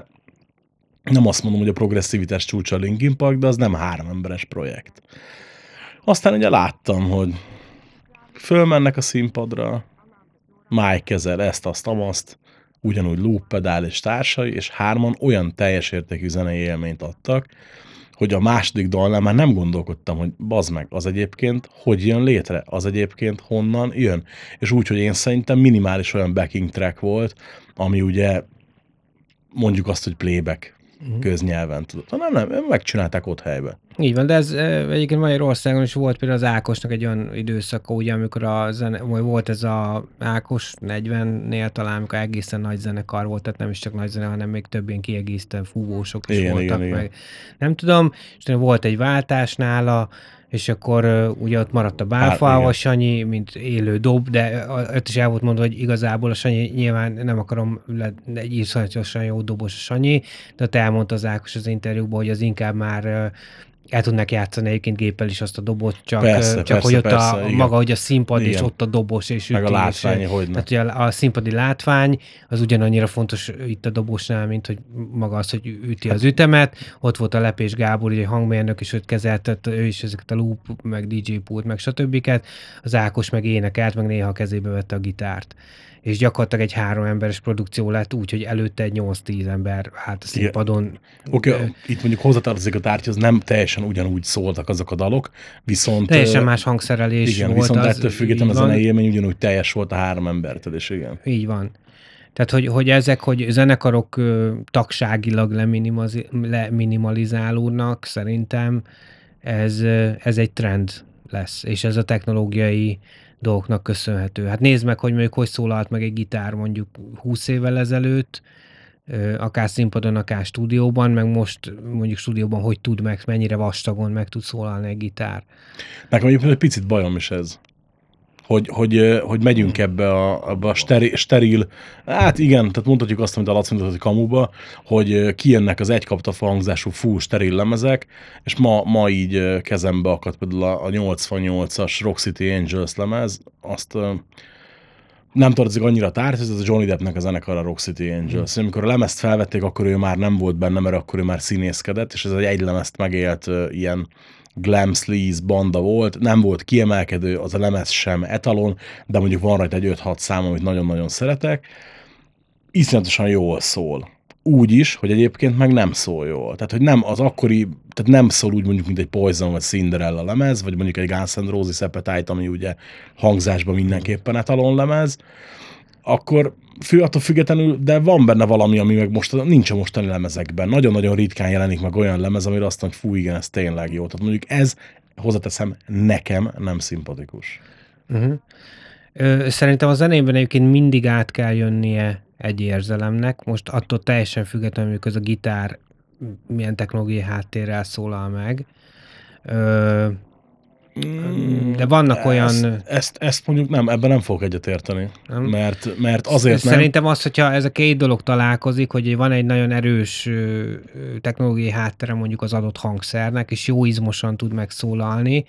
[SPEAKER 3] nem azt mondom, hogy a progresszivitás csúcsa a Linkin Park, de az nem három emberes projekt. Aztán ugye láttam, hogy fölmennek a színpadra, Mike kezel ezt, azt, azt, ugyanúgy loop pedál és társai, és hárman olyan teljes értékű zenei élményt adtak, hogy a második dalnál már nem gondolkodtam, hogy bazd meg, az egyébként hogy jön létre, az egyébként honnan jön. És úgy, hogy én szerintem minimális olyan backing track volt, ami ugye mondjuk azt, hogy playback uh-huh. köznyelven tudod. Ha nem, nem, megcsinálták ott helybe.
[SPEAKER 4] Így van, de ez e, egyébként Magyarországon is volt például az Ákosnak egy olyan időszaka, ugye, amikor a zene, volt ez a Ákos negyvennél talán, amikor egészen nagy zenekar volt, tehát nem is csak nagy zene, hanem még több ilyen kiegészítő fúvósok is
[SPEAKER 3] igen,
[SPEAKER 4] voltak
[SPEAKER 3] igen,
[SPEAKER 4] meg.
[SPEAKER 3] Igen.
[SPEAKER 4] Nem tudom, és volt egy váltás nála, és akkor uh, ugye ott maradt a Bálfával Sanyi, mint élő dob, de ott is el volt mondva, hogy igazából a Sanyi, nyilván nem akarom, le, egy írszatosan jó dobos a Sanyi, de ott elmondta az Ákos az interjúban, hogy az inkább már uh, el tudnak játszani egyébként géppel is azt a dobot, csak,
[SPEAKER 3] persze,
[SPEAKER 4] csak
[SPEAKER 3] persze,
[SPEAKER 4] hogy ott
[SPEAKER 3] persze,
[SPEAKER 4] a,
[SPEAKER 3] igen.
[SPEAKER 4] maga, hogy a színpad
[SPEAKER 3] igen.
[SPEAKER 4] és ott a dobos és
[SPEAKER 3] meg
[SPEAKER 4] ütés.
[SPEAKER 3] a látvány, hogy
[SPEAKER 4] Tehát ugye a, a színpadi látvány az ugyanannyira fontos itt a dobosnál, mint hogy maga az, hogy üti hát, az ütemet. Ott volt a Lepés Gábor, ugye hangmérnök, és őt kezeltet, ő is ezeket a loop, meg dé dzsé pult, meg stb. Az Ákos meg énekelt, meg néha a kezébe vette a gitárt. És gyakorlatilag egy három emberes produkció lett úgy, hogy előtte egy nyolc-tíz ember hát a színpadon.
[SPEAKER 3] Oké, okay, itt mondjuk hozzátartozik a tárgyhoz, nem teljesen ugyanúgy szóltak azok a dalok, viszont...
[SPEAKER 4] Teljesen más hangszerelés
[SPEAKER 3] igen,
[SPEAKER 4] volt.
[SPEAKER 3] Viszont
[SPEAKER 4] az,
[SPEAKER 3] ettől függetlenül a zenei élmény ugyanúgy teljes volt a három embertől, és igen.
[SPEAKER 4] Így van. Tehát, hogy, hogy ezek, hogy zenekarok ö, tagságilag leminimalizálódnak, szerintem ez, ez egy trend lesz, és ez a technológiai dolgoknak köszönhető. Hát nézd meg, hogy mondjuk hogy szólalt meg egy gitár mondjuk húsz évvel ezelőtt, akár színpadon, akár stúdióban, meg most mondjuk stúdióban hogy tud meg, mennyire vastagon meg tud szólalni egy gitár.
[SPEAKER 3] Nekem egyébként egy picit bajom is ez. Hogy, hogy, hogy megyünk ebbe a, ebbe a steril, steril, hát igen, tehát mondhatjuk azt, amit a Laci mondott, hogy kamuba, hogy kijönnek az egykaptafa hangzású full steril lemezek, és ma, ma így kezembe akadt például a nyolcvannyolcas Rock City Angels lemez, azt nem tartozik annyira tárt, ez a Johnny Deppnek a zenekar a Rock City Angels. Mm. Amikor a lemezt felvették, akkor ő már nem volt benne, mert akkor ő már színészkedett, és ez egy egy lemezt megélt ilyen glam sleaze banda volt, nem volt kiemelkedő, az a lemez sem etalon, de mondjuk van rajta egy öt-hat szám, amit nagyon-nagyon szeretek. Iszonyatosan jól szól. Úgy is, hogy egyébként meg nem szól jól. Tehát, hogy nem az akkori, tehát nem szól úgy mondjuk, mint egy Poison vagy Cinderella lemez, vagy mondjuk egy Guns N' Roses Appetite, ami ugye hangzásban mindenképpen etalon lemez, akkor fő, attól függetlenül, de van benne valami, ami meg most nincs a mostani lemezekben. Nagyon-nagyon ritkán jelenik meg olyan lemez, amire azt mondja, hogy fú, igen, ez tényleg jó. Tehát mondjuk ez, hozzáteszem, nekem nem szimpatikus.
[SPEAKER 4] Uh-huh. Ö, szerintem a zenében egyébként mindig át kell jönnie egy érzelemnek. Most attól teljesen függetlenül, hogy ez a gitár milyen technológiai háttérrel szólal meg. Ö, De vannak olyan...
[SPEAKER 3] Ezt, ezt, ezt mondjuk nem, ebben nem fogok egyetérteni, mert, mert azért nem...
[SPEAKER 4] Szerintem az, hogyha ez a két dolog találkozik, hogy van egy nagyon erős technológiai háttere mondjuk az adott hangszernek, és jó izmosan tud megszólalni,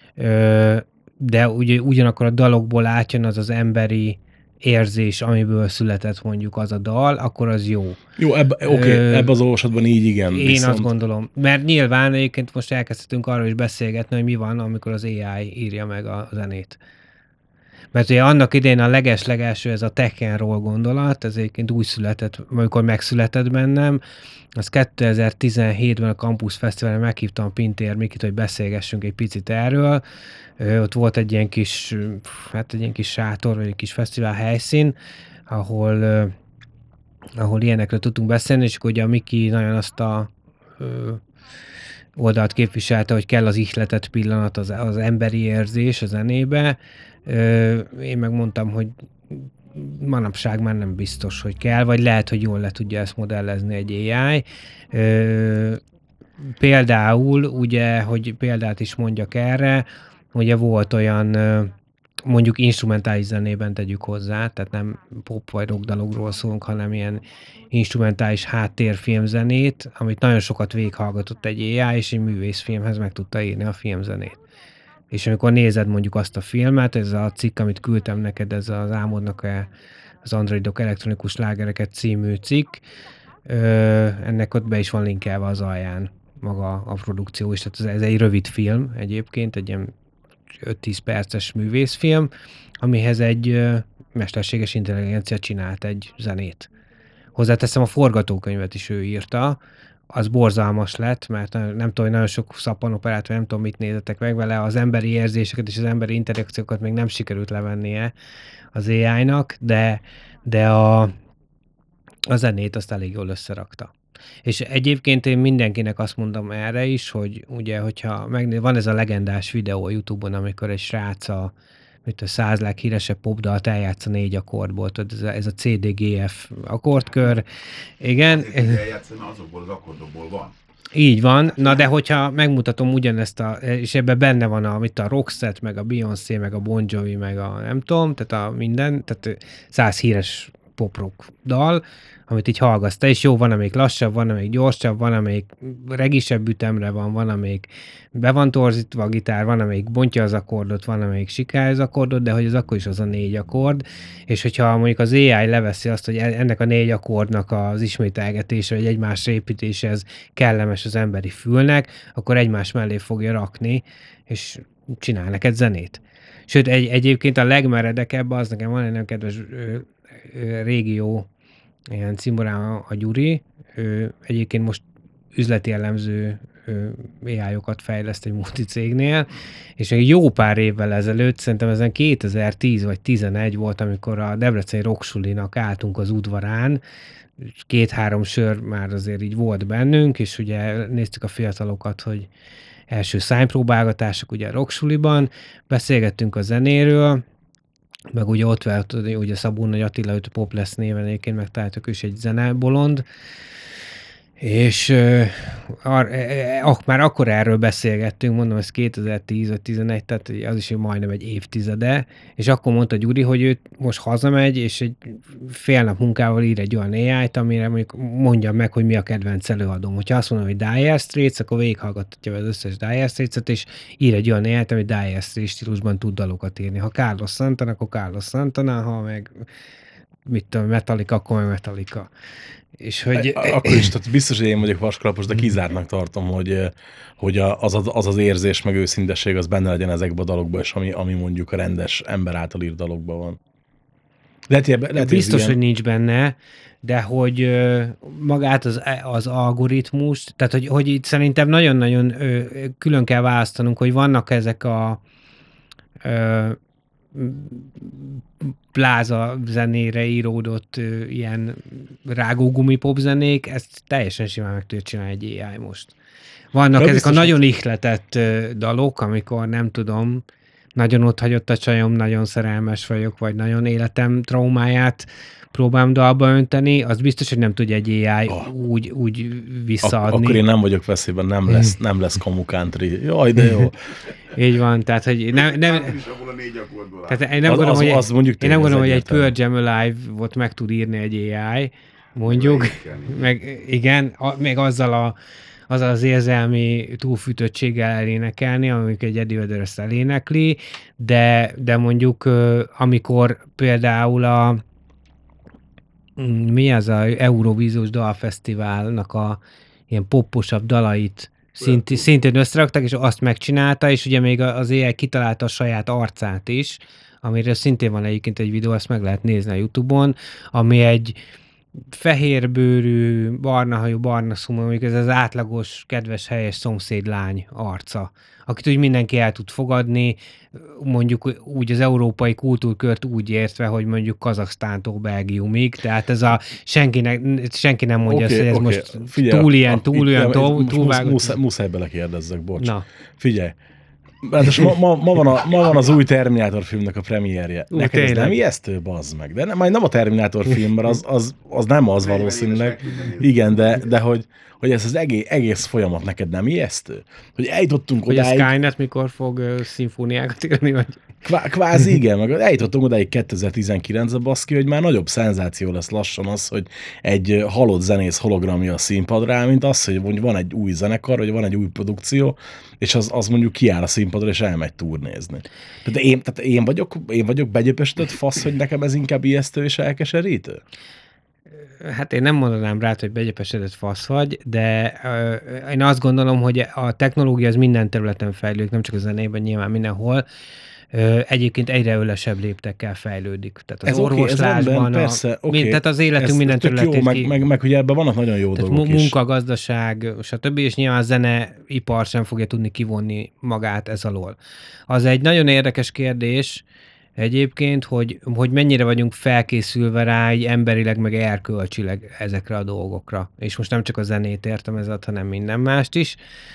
[SPEAKER 4] de ugye, ugyanakkor a dalokból átjön az az emberi érzés, amiből született mondjuk az a dal, akkor az jó.
[SPEAKER 3] Jó, ebbe, oké, okay, ebbe az olvasatban így igen.
[SPEAKER 4] Én viszont... azt gondolom. Mert nyilván egyébként most elkezdhetünk arról is beszélgetni, hogy mi van, amikor az á i írja meg a zenét. Mert ugye annak idején a leges-legelső ez a tech and roll gondolat, ez egyébként úgy született, amikor megszületett bennem, az kétezer-tizenhétben a Campus Fesztiválon meghívtam Pintér Mikit, hogy beszélgessünk egy picit erről. Ott volt egy ilyen kis, hát egy ilyen kis sátor, vagy egy kis fesztivál helyszín, ahol, ahol ilyenekről tudtunk beszélni, és akkor ugye a Miki nagyon azt a oldalt képviselte, hogy kell az ihletett pillanat, az, az emberi érzés a zenébe. Én megmondtam, hogy manapság már nem biztos, hogy kell, vagy lehet, hogy jól le tudja ezt modellezni egy á i. Például, ugye, hogy példát is mondjak erre, ugye volt olyan mondjuk instrumentális zenében tegyük hozzá, tehát nem pop vagy rock dalokról szólunk, hanem ilyen instrumentális háttérfilmzenét, amit nagyon sokat végighallgatott egy á i, és egy művészfilmhez meg tudta írni a filmzenét. És amikor nézed mondjuk azt a filmet, ez a cikk, amit küldtem neked, ez az Álmodnak az androidok elektronikus lágereket című cikk, ennek ott be is van linkelve az alján maga a produkció is, tehát ez egy rövid film egyébként, egy ilyen öt-tíz perces művészfilm, amihez egy mesterséges intelligencia csinált egy zenét. Hozzáteszem, a forgatókönyvet is ő írta, az borzalmas lett, mert nem tudom, nagyon sok szappanoperát, vagy nem tudom, mit nézzetek meg vele, az emberi érzéseket és az emberi interakciókat még nem sikerült levennie az á i-nak, de, de a, a zenét azt elég jól összerakta. És egyébként én mindenkinek azt mondom erre is, hogy ugye, hogyha megnéz, van ez a legendás videó a YouTube-on, amikor egy srác a, mint a száz leghíresebb popdalt eljátsz a négy akkordból, tudod, ez a, ez a cé dé gé ef akkordkör. Igen.
[SPEAKER 1] Eljátszani azokból az akkordokból van.
[SPEAKER 4] Így van, na de hogyha megmutatom ugyanezt, a, és ebben benne van a, mit a Roxette, meg a Beyoncé, meg a Bon Jovi, meg a nem tudom, tehát a minden, tehát száz híres pop-rock dal, amit így hallgatsz te, és jó, van, amelyik lassabb, van, amelyik gyorsabb, van, amelyik regisebb ütemre van, van, amelyik be van torzítva a gitár, van, amelyik bontja az akkordot, van, amelyik sikálja az akkordot, de hogy az akkor is az a négy akkord, és hogyha mondjuk az á i leveszi azt, hogy ennek a négy akkordnak az ismételgetése, vagy egymásra építése, ez kellemes az emberi fülnek, akkor egymás mellé fogja rakni, és csinál neked zenét. Sőt, egy, egyébként a legmeredekebb, az nekem van egy nagyon kedves ö, ö, régió, ilyen cimborán a Gyuri, ő egyébként most üzleti jellemző á i-okat fejleszt egy multicégnél, és egy jó pár évvel ezelőtt, szerintem ezen kétezer-tíz vagy tizenegy volt, amikor a Debreceni Rocksulinak álltunk az udvarán, két-három sör már azért így volt bennünk, és ugye néztük a fiatalokat, hogy első szánypróbálgatások ugye a Rocksuliban, beszélgettünk a zenéről, meg ugye ott volt ugye Szabó Nagy Attila, őt Pop lesz néven egyébként megtaláltuk, és egy zenebolond, és uh, ar, ak, már akkor erről beszélgettünk, mondom, ez kétezer-tíz vagy tizenegy, tehát az is majdnem egy évtizede, és akkor mondta Gyuri, hogy ő most hazamegy, és egy fél nap munkával ír egy olyan á i-t, amire mondjuk mondjam meg, hogy mi a kedvenc előadóm. Hogyha azt mondom, hogy Dire Straits, akkor végighallgatja az összes Dire Straits-et, és ír egy olyan á i-t, ami Dire Straits stílusban tud dalokat írni. Ha Carlos Santana, akkor Carlos Santana, ha meg mit tudom, Metallica, akkor meg Metallica. És hogy...
[SPEAKER 3] Akkor is, tehát biztos, hogy én vagyok vaskalapos, de kizártnak tartom, hogy, hogy az, az, az az érzés, meg őszintesség, az benne legyen ezekben a dalokban, és ami, ami mondjuk a rendes ember által írt dalokban van. Lehet, lehet,
[SPEAKER 4] biztos,
[SPEAKER 3] ilyen...
[SPEAKER 4] hogy nincs benne, de hogy magát az, az algoritmus, tehát hogy, hogy itt szerintem nagyon-nagyon külön kell választanunk, hogy vannak ezek a pláza zenére íródott ö, ilyen rágógumi popzenék, ezt teljesen simán meg tudja csinálni egy á i most. Vannak de ezek a nagyon ihletett ö, dalok, amikor nem tudom, nagyon otthagyott a csajom, nagyon szerelmes vagyok, vagy nagyon életem traumáját próbálom dalba önteni, az biztos, hogy nem tudja egy á i oh. úgy, úgy visszaadni.
[SPEAKER 3] Ak- akkor én nem vagyok veszélyben, nem lesz, nem lesz Kamu Country. Jaj, de jó.
[SPEAKER 4] Így van, tehát, hogy nem... nem tehát én nem
[SPEAKER 3] az,
[SPEAKER 4] gondolom,
[SPEAKER 3] az,
[SPEAKER 4] hogy,
[SPEAKER 3] az mondjuk
[SPEAKER 4] én nem gondolom, hogy egy
[SPEAKER 3] egyértelmű.
[SPEAKER 4] Pearl Jam Alive-ot meg tud írni egy á i, mondjuk, meg igen, a, meg azzal a azzal az érzelmi túlfűtöttséggel elénekelni, amik egy Eddie Vedder ezt elénekli, de, de mondjuk amikor például a mi az a Eurovíziós Dalfesztiválnak a ilyen popposabb dalait szint, szintén összeraktak, és azt megcsinálta, és ugye még az á i kitalálta a saját arcát is, amire szintén van egyébként egy videó, ezt meg lehet nézni a YouTube-on, ami egy fehérbőrű, barnahajú, barna szumó, mondjuk ez az átlagos, kedves, helyes szomszédlány arca, akit úgy mindenki el tud fogadni, mondjuk úgy az európai kultúrkört úgy értve, hogy mondjuk Kazaksztántól Belgiumig, tehát ez a senkinek, senki nem mondja okay, azt, hogy ez okay. most Figyelj, túl ilyen, túl olyan, túl, túlvágott.
[SPEAKER 3] Muszáj, muszáj belekérdezzek, bocs. Na. Figyelj, hát ma, ma, ma, van a, ma van az új Terminátor filmnek a premierje. Ú, neked ez nem ijesztő, bazd meg. De nem, majd nem a Terminátor film, mert az, az, az nem az valószínűleg. Igen, de, de hogy, hogy ez az egész, egész folyamat neked nem ijesztő? Hogy eljutottunk
[SPEAKER 4] hogy
[SPEAKER 3] odáig...
[SPEAKER 4] Hogy a Skynet mikor fog uh, szimfóniákat írni, vagy...
[SPEAKER 3] Kvá, kvázi igen, meg eljutottunk odáig kétezer-tizenkilencben, baszki, hogy már nagyobb szenzáció lesz lassan az, hogy egy halott zenész hologramja a színpadra, mint az, hogy mondjuk van egy új zenekar, vagy van egy új produkció, és az, az mondjuk kiáll a színpadra, és elmegy turnézni. Tehát én, tehát én vagyok, én vagyok begyöpösödött fasz, hogy nekem ez inkább ijesztő és elkeserítő?
[SPEAKER 4] Hát én nem mondanám rá, hogy begyepesedett fasz vagy, de uh, én azt gondolom, hogy a technológia az minden területen fejlődik, nem csak a zenében, nyilván mindenhol. Uh, egyébként egyre ölesebb léptekkel fejlődik. Tehát az
[SPEAKER 3] ez
[SPEAKER 4] orvoslásban,
[SPEAKER 3] okay, ez rendben,
[SPEAKER 4] a,
[SPEAKER 3] persze, okay.
[SPEAKER 4] mind, tehát az életünk
[SPEAKER 3] ez
[SPEAKER 4] minden területét.
[SPEAKER 3] Jó, meg, meg, meg ugye ebben vannak nagyon jó
[SPEAKER 4] tehát
[SPEAKER 3] dolgok is.
[SPEAKER 4] munkagazdaság, stb. És nyilván a zeneipar sem fogja tudni kivonni magát ez alól. Az egy nagyon érdekes kérdés, egyébként, hogy, hogy mennyire vagyunk felkészülve rá, így emberileg, meg erkölcsileg ezekre a dolgokra. És most nem csak a zenét értem ez alatt, hanem minden mást is.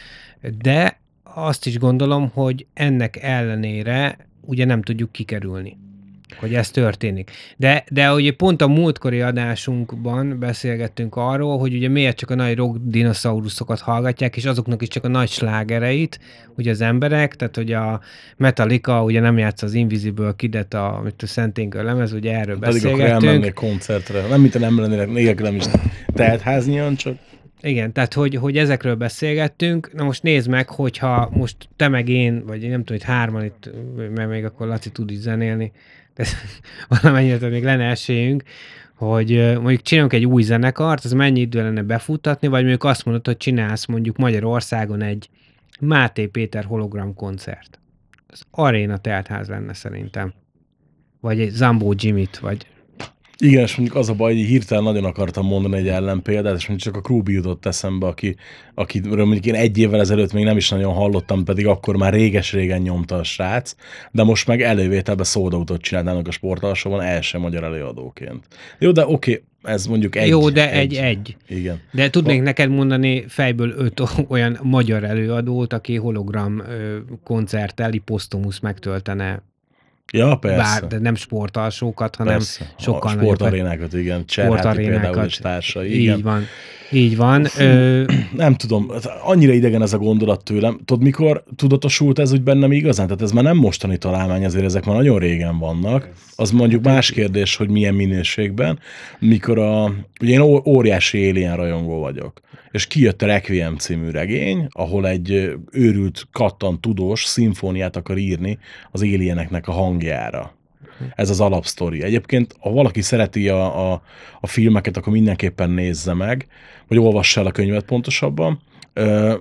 [SPEAKER 4] De azt is gondolom, hogy ennek ellenére ugye nem tudjuk kikerülni, hogy ez történik. De, de ugye pont a múltkori adásunkban beszélgettünk arról, hogy ugye miért csak a nagy rock dinoszauruszokat hallgatják, és azoknak is csak a nagy slágereit, ugye az emberek, tehát hogy a Metallica ugye nem játsz az Invisible Kid-et, a, amit a Szenténkör lemez, ugye erről
[SPEAKER 3] Pedig
[SPEAKER 4] beszélgettünk.
[SPEAKER 3] akkor elmennék koncertre. Nem, mint nem lennének nélkülem is teltháznyilyan, csak...
[SPEAKER 4] Igen, tehát hogy, hogy ezekről beszélgettünk. Na most nézd meg, hogyha most te meg én, vagy én nem tudom, hogy hárman itt, mert még akkor Laci tud is zenélni, de valamennyire még lenne esélyünk, hogy mondjuk csinálunk egy új zenekart, az mennyi idő lenne befuttatni, vagy mondjuk azt mondod, hogy csinálsz mondjuk Magyarországon egy Máté Péter hologram koncert. Az aréna teltház lenne szerintem. Vagy egy Zambó Jimmy-t, vagy...
[SPEAKER 3] Igen, és mondjuk az a baj, hogy hirtelen nagyon akartam mondani egy ellenpéldát, és mondjuk csak a Krúbi jutott eszembe, aki, akiről mondjuk én egy évvel ezelőtt még nem is nagyon hallottam, pedig akkor már réges-régen nyomta a srác, de most meg elővételben szódautot csinálnának a sportalsóban első magyar előadóként. Jó, de oké, ez mondjuk egy.
[SPEAKER 4] Jó, de egy-egy.
[SPEAKER 3] Igen.
[SPEAKER 4] De tudnék
[SPEAKER 3] a...
[SPEAKER 4] neked mondani fejből öt olyan magyar előadót, aki hologram ö, koncerttel, posztumusz megtöltene.
[SPEAKER 3] Ja, persze.
[SPEAKER 4] Bár, de nem sportalsókat, hanem
[SPEAKER 3] persze.
[SPEAKER 4] sokkal
[SPEAKER 3] a sportarénákat, igen. Cserháti például és társai.
[SPEAKER 4] Igen. Így van. Így van. Ö...
[SPEAKER 3] Nem tudom, annyira idegen ez a gondolat tőlem. Tudod, mikor tudatosult ez úgy bennem igazán? Tehát ez már nem mostani találmány, azért ezek már nagyon régen vannak. Az mondjuk más kérdés, hogy milyen minőségben. Mikor a... Ugye én óriási Alien rajongó vagyok. És kijött a Requiem című regény, ahol egy őrült kattan tudós szimfóniát akar írni az alieneknek a hangjára. Ez az alapsztori. Egyébként, ha valaki szereti a, a, a filmeket, akkor mindenképpen nézze meg, vagy olvassa el a könyvet pontosabban. Ö,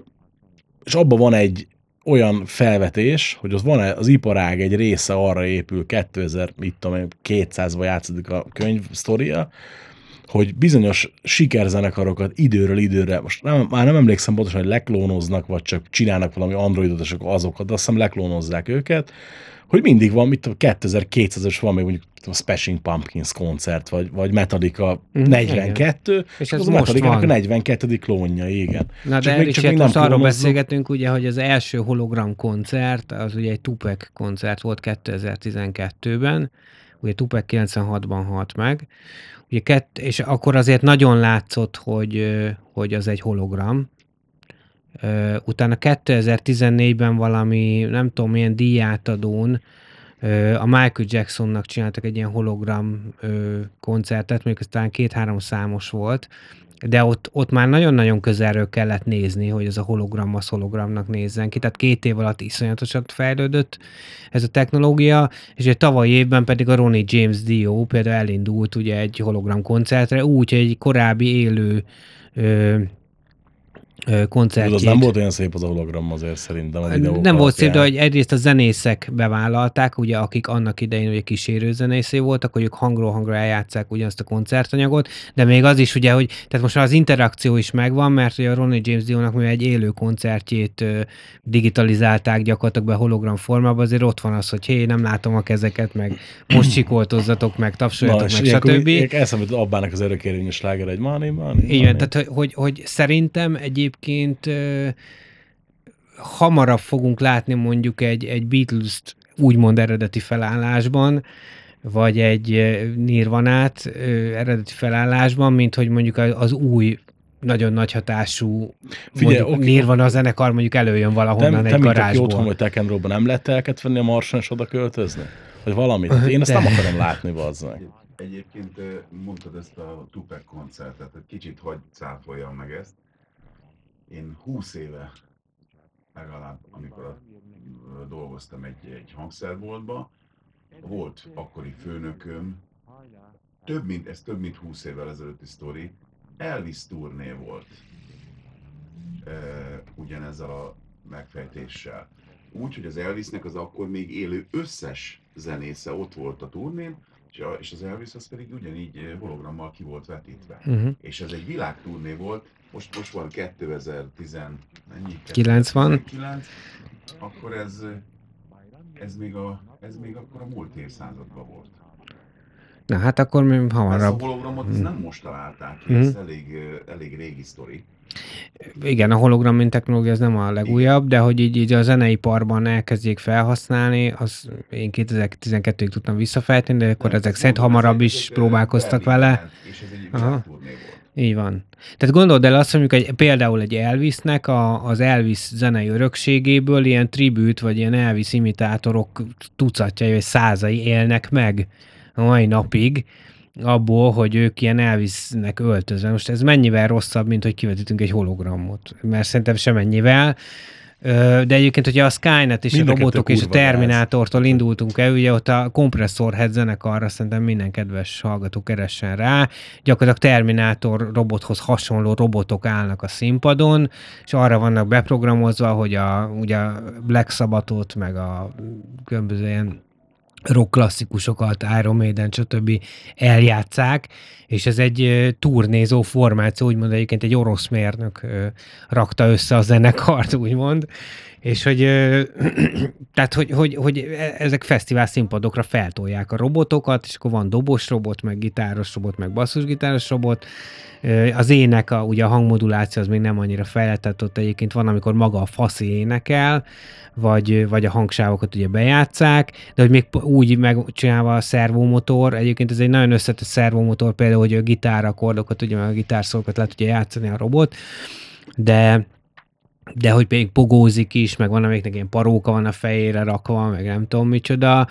[SPEAKER 3] és abban van egy olyan felvetés, hogy ott van az iparág egy része arra épül, kétezer-kétszázban játszódik a könyv sztoria, hogy bizonyos sikerzenekarokat időről időre, most nem, már nem emlékszem pontosan, hogy leklónoznak, vagy csak csinálnak valami androidot, és akkor azokat, de azt hiszem leklónozzák őket, hogy mindig van, mit a kétezer-kétszázas van még mondjuk a Smashing Pumpkins koncert, vagy, vagy Metallica mm, negyvenkettő,
[SPEAKER 4] igen. És ez
[SPEAKER 3] az a Metallica-nak a negyvenkettedik klónja, igen.
[SPEAKER 4] Na
[SPEAKER 3] csak
[SPEAKER 4] de
[SPEAKER 3] még,
[SPEAKER 4] Richard,
[SPEAKER 3] csak
[SPEAKER 4] most arról
[SPEAKER 3] klónozzuk.
[SPEAKER 4] beszélgetünk, ugye, hogy az első hologram koncert, az ugye egy Tupac koncert volt kétezer-tizenkettőben, ugye Tupac kilencvenhatban halt meg, ugye kett, és akkor azért nagyon látszott, hogy, hogy az egy hologram. Utána kétezer-tizennégyben valami, nem tudom, milyen díjátadón a Michael Jacksonnak csináltak egy ilyen hologram koncertet, mondjuk ez talán két-három számos volt, de ott, ott már nagyon-nagyon közelről kellett nézni, hogy ez a hologram az hologramnak nézzen ki. Tehát két év alatt iszonyatosan fejlődött ez a technológia, és egy tavaly évben pedig a Ronnie James Dio például elindult ugye egy hologram koncertre, úgy, hogy egy korábbi élő ö, koncertjét.
[SPEAKER 3] Az nem volt olyan szép az a hologram azért szerintem a videók
[SPEAKER 4] Nem volt szép, de
[SPEAKER 3] alapján.
[SPEAKER 4] hogy egyrészt a zenészek bevállalták, ugye, akik annak idején ugye kísérő zenészé voltak, hogy ők hangról hangra eljátszák ugyanazt a koncertanyagot, de még az is ugye, hogy tehát most már az interakció is megvan, mert ugye a Ronnie James Dio-nak mivel egy élő koncertjét ö, digitalizálták gyakorlatilag be hologram formában, azért ott van az, hogy hé, nem látom a kezeket, meg most sikoltozzatok, meg tapsoljatok, meg stb.
[SPEAKER 3] Ilyenkor elszámít Abbának az örökérvényes sláger egy money, money,
[SPEAKER 4] Igen,
[SPEAKER 3] money.
[SPEAKER 4] tehát hogy, hogy szerintem egyébként ö, hamarabb fogunk látni mondjuk egy, egy Beatles-t úgymond eredeti felállásban, vagy egy Nirvanát ö, eredeti felállásban, mint hogy mondjuk az új nagyon nagy hatású,
[SPEAKER 3] Figyelj,
[SPEAKER 4] mondjuk
[SPEAKER 3] oké,
[SPEAKER 4] Nirvana a zenekar mondjuk előjön valahonnan
[SPEAKER 3] Te,
[SPEAKER 4] egy
[SPEAKER 3] te mint aki
[SPEAKER 4] garázsból.
[SPEAKER 3] otthon vagy Tech and Roll-ban, nem lehet telket venni a Marson és oda költözni? Vagy valamit? Hát én ezt
[SPEAKER 4] De.
[SPEAKER 3] nem akarom látni, bazzag.
[SPEAKER 1] Egyébként ö, mondtad ezt a Tupac koncertet, hogy kicsit hagy cáfoljam meg ezt. Én húsz éve legalább, amikor a, ö, dolgoztam egy, egy hangszerboltba, volt akkori főnököm, több mint, ez több mint húsz évvel ezelőtti sztori, Elvis turné volt e, ugyanezzel a megfejtéssel. Úgy, hogy az Elvisnek az akkor még élő összes zenésze ott volt a turnén, és az Elvis az pedig ugyanígy hologrammal ki volt vetítve.
[SPEAKER 4] Uh-huh.
[SPEAKER 1] És ez egy világturné volt, most, most van kétezer-tíz, mennyi?
[SPEAKER 4] kilencven
[SPEAKER 1] Akkor ez, ez, még a, ez még akkor a múlt évszázadban volt.
[SPEAKER 4] Na hát akkor mi
[SPEAKER 1] Ezt a
[SPEAKER 4] hamarabb.
[SPEAKER 1] hologramot ezt nem most találták ki,
[SPEAKER 4] Mhm.
[SPEAKER 1] ez elég, elég régi sztori.
[SPEAKER 4] Igen, a hologram mint technológia az nem a legújabb, de hogy így, így a zeneiparban elkezdjék felhasználni, az én kétezer-tizenkettőig tudtam visszafejteni, de akkor
[SPEAKER 1] Nem,
[SPEAKER 4] ezek
[SPEAKER 1] ezt
[SPEAKER 4] szerint
[SPEAKER 1] mondom,
[SPEAKER 4] hamarabb
[SPEAKER 1] ezek-
[SPEAKER 4] is
[SPEAKER 1] ezek,
[SPEAKER 4] próbálkoztak
[SPEAKER 1] Berlinben
[SPEAKER 4] vele.
[SPEAKER 1] ment, És ez egy
[SPEAKER 4] Aha.
[SPEAKER 1] világturné volt.
[SPEAKER 4] Így van. Tehát gondold el azt, mondjuk egy, például egy Elvisnek a, az Elvis zenei örökségéből ilyen tribűt, vagy ilyen Elvis imitátorok tucatjai, vagy százai élnek meg a mai napig, abból, hogy ők ilyen Elvisnek öltözve. Most ez mennyivel rosszabb, mint hogy kivetítünk egy hologramot? Mert szerintem semennyivel. Ö, De egyébként, hogyha a Skynet és
[SPEAKER 3] Mind a
[SPEAKER 4] a
[SPEAKER 3] kettő
[SPEAKER 4] robotok és a
[SPEAKER 3] kurva gáz.
[SPEAKER 4] Terminátortól indultunk el, ugye ott a Kompresszorhead zenekarra szerintem minden kedves hallgató keressen rá. Gyakorlatilag Terminátor robothoz hasonló robotok állnak a színpadon, és arra vannak beprogramozva, hogy a, ugye a Black Sabbathot, meg a különböző ilyen rock klasszikusokat, Iron Maiden, stb. Eljátszák, és ez egy ö, turnézó formáció, úgymond egyébként egy orosz mérnök ö, rakta össze a zenekart, úgymond, és hogy, ö, tehát, hogy, hogy, hogy ezek fesztivál színpadokra feltolják a robotokat, és akkor van dobos robot, meg gitáros robot, meg basszusgitáros robot. Ö, Az ének, a, ugye a hangmoduláció az még nem annyira fejlett, tehát ott egyébként van, amikor maga a faszi énekel, vagy, vagy a hangsávokat ugye bejátszák, de hogy még p- úgy megcsinálva a szervomotor, egyébként ez egy nagyon összetett szervomotor, például, hogy a gitárakkordokat, ugye meg a gitárszókat lehet ugye játszani a robot, de de hogy még pogózik is, meg van, amiknek ilyen paróka van a fejére rakva, meg nem tudom micsoda,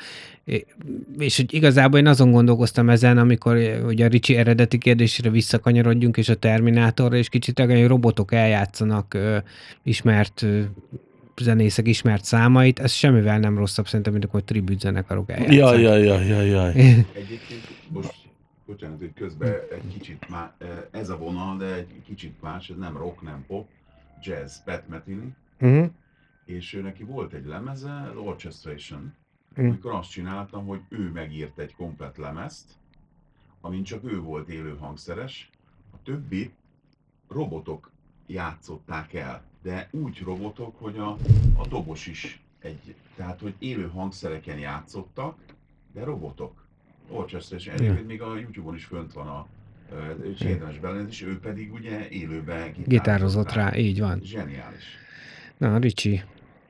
[SPEAKER 4] és hogy igazából én azon gondolkoztam ezen, amikor ugye a Ricsi eredeti kérdésére visszakanyarodjunk, és a Terminátorra, és kicsit legalább robotok eljátszanak ö, ismert ö, zenészek ismert számait, ez semmivel nem rosszabb szerintem, mint akkor tribute zenekarok eljátszák.
[SPEAKER 3] Jaj, jaj, jaj, jaj, jaj.
[SPEAKER 1] Egyébként most, bocsánat, hogy közben egy kicsit má, ez a vonal, de egy kicsit más, ez nem rock, nem pop, jazz, Pat Metheny,
[SPEAKER 4] Uh-huh.
[SPEAKER 1] és ő neki volt egy lemeze, az Orchestration,
[SPEAKER 4] Mhm.
[SPEAKER 1] amikor azt csináltam, hogy ő megírt egy komplett lemezt, amin csak ő volt élő hangszeres, a többi robotok játszották el, de úgy robotok, hogy a, a dobos is egy, tehát hogy élő hangszereken játszottak, de robotok. Orchestration, egyébként még a YouTube-on is fönt van a, és érdemes belenézni, és ő pedig ugye élőben
[SPEAKER 4] Gitározott rá, így van.
[SPEAKER 1] Zseniális.
[SPEAKER 4] Na, Ricsi.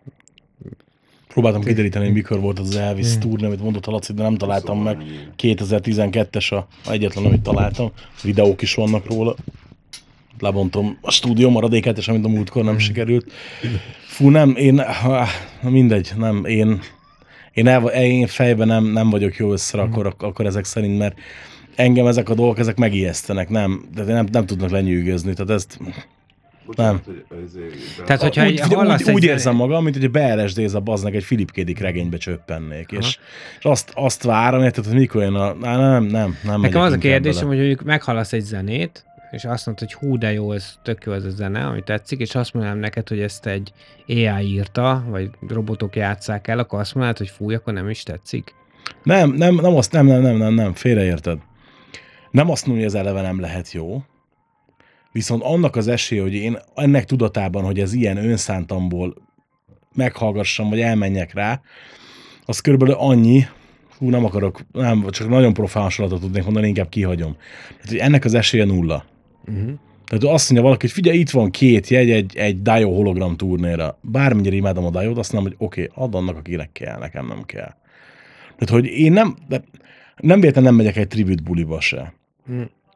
[SPEAKER 3] Próbáltam kideríteni, hogy mikor volt az, az Elvis turné, amit mondott a Laci, de nem találtam meg. kétezer-tizenkettes a, a egyetlen, amit találtam. Videók is vannak róla. Lebontom a stúdió maradékát, és amit a múltkor nem sikerült. Fú, nem, én, ah, mindegy, nem, én, én, el, én fejben nem, nem vagyok jó összerakor, akkor, akkor ezek szerint, mert engem ezek a dolgok, ezek megijesztenek, nem, de nem, nem tudnak lenyűgözni, tehát ezt...
[SPEAKER 1] Bocsánat,
[SPEAKER 3] Nem.
[SPEAKER 1] hogy ez, ez,
[SPEAKER 4] Tehát, hogyha
[SPEAKER 3] úgy,
[SPEAKER 4] egy,
[SPEAKER 3] úgy,
[SPEAKER 4] hallasz
[SPEAKER 3] úgy,
[SPEAKER 4] egy
[SPEAKER 3] úgy
[SPEAKER 4] zene-
[SPEAKER 3] érzem magam, mint hogy be er es dé-z a baznak egy Philip K. Dick regénybe csöppennék, és, és azt, azt várom, érted, hogy mikor jön a... Á, nem, nem, nem
[SPEAKER 4] Nekem
[SPEAKER 3] megyek
[SPEAKER 4] az a
[SPEAKER 3] inkább
[SPEAKER 4] kérdésem,
[SPEAKER 3] bele.
[SPEAKER 4] hogy mondjuk meghallasz egy zenét, és azt mondod, hogy hú, de jó, ez tök jó ez a zene, ami tetszik, és azt mondanám neked, hogy ezt egy á i írta, vagy robotok játsszák el, akkor azt mondod, hogy fúj, akkor nem is tetszik.
[SPEAKER 3] Nem, nem, nem, azt, nem, nem, nem, nem, nem, félreérted. Nem azt mondja, hogy ez eleve nem lehet jó, viszont annak az esélye, hogy én ennek tudatában, hogy ez ilyen önszántamból meghallgassam, vagy elmenjek rá, az körülbelül annyi, hú, nem akarok, nem, csak nagyon profán hasonlatot tudnék mondani, inkább kihagyom. Tehát, hogy ennek az esélye nulla.
[SPEAKER 4] Uh-huh.
[SPEAKER 3] Tehát azt mondja valaki, hogy figyelj, itt van két jegy egy, egy Dio hologram turnéra. Bármennyire imádom a Diót, azt mondom, hogy oké, okay, add annak, akinek kell, nekem nem kell. Tehát, hogy én nem, de nem véletlenül nem megyek egy tribute buliba se.
[SPEAKER 4] Uh-huh.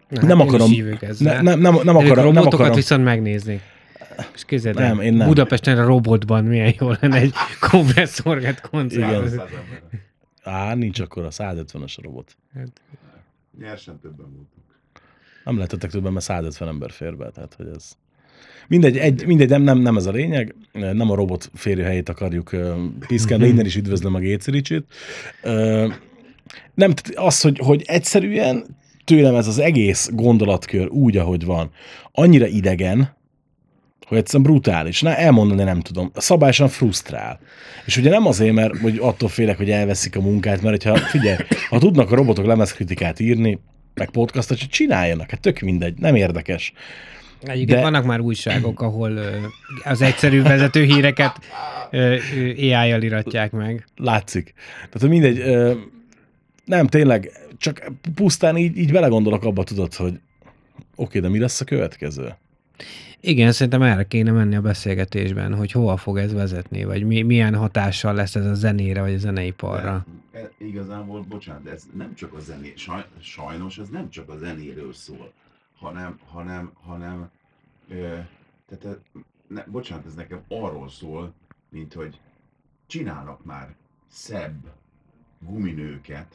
[SPEAKER 4] Na,
[SPEAKER 3] nem
[SPEAKER 4] hát
[SPEAKER 3] akarom,
[SPEAKER 4] ne,
[SPEAKER 3] nem, nem, nem,
[SPEAKER 4] nem
[SPEAKER 3] akarom, nem
[SPEAKER 4] robotokat
[SPEAKER 3] akarom.
[SPEAKER 4] viszont megnézni. És képzeld el,
[SPEAKER 3] Nem, én nem.
[SPEAKER 4] Budapesten a robotban milyen jó lenne egy kompresszorget koncert.
[SPEAKER 1] száz ember.
[SPEAKER 3] Á, nincs akkor a százötvenes a robot.
[SPEAKER 1] Nyersen többen voltunk.
[SPEAKER 3] Nem lehetettek többen, mert százötven ember fér be, tehát hogy ez... Mindegy, egy, mindegy nem, nem, nem ez a lényeg, nem a robot férőhelyét akarjuk uh, piszkálni, de innen is üdvözlöm a Géci Ricsit. Uh, nem, az, hogy, hogy egyszerűen tőlem ez az egész gondolatkör úgy, ahogy van, annyira idegen, hogy egyszerűen brutális. Na, elmondani nem tudom. Szabályosan frusztrál. És ugye nem azért, mert hogy attól félek, hogy elveszik a munkát, mert hogyha, figyelj, ha tudnak a robotok lemezkritikát írni, meg podcastot, hogy csináljanak, hát tök mindegy, nem érdekes.
[SPEAKER 4] Egyébként de... vannak már újságok, ahol ö, az egyszerű vezető híreket ö, ö, á i-jal iratják meg.
[SPEAKER 3] Látszik. Tehát mindegy, ö, nem, tényleg, csak pusztán így, így belegondolok abba, tudod, hogy oké, de mi lesz a következő?
[SPEAKER 4] Igen, szerintem erre kéne menni a beszélgetésben, hogy hova fog ez vezetni, vagy mi, milyen hatással lesz ez a zenére, vagy a zeneiparra.
[SPEAKER 1] De, igazából, bocsánat, de ez nem csak a zené, saj, sajnos ez nem csak a zenéről szól, hanem, hanem, hanem ö, tehát, ne, bocsánat, ez nekem arról szól, mint hogy csinálnak már szebb guminőket,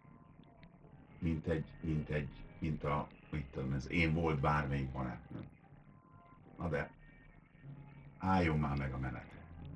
[SPEAKER 1] mint egy, mint egy, mint a, mit tudom, ez én volt bármelyik barátnőm. Na de, álljon már meg a menet.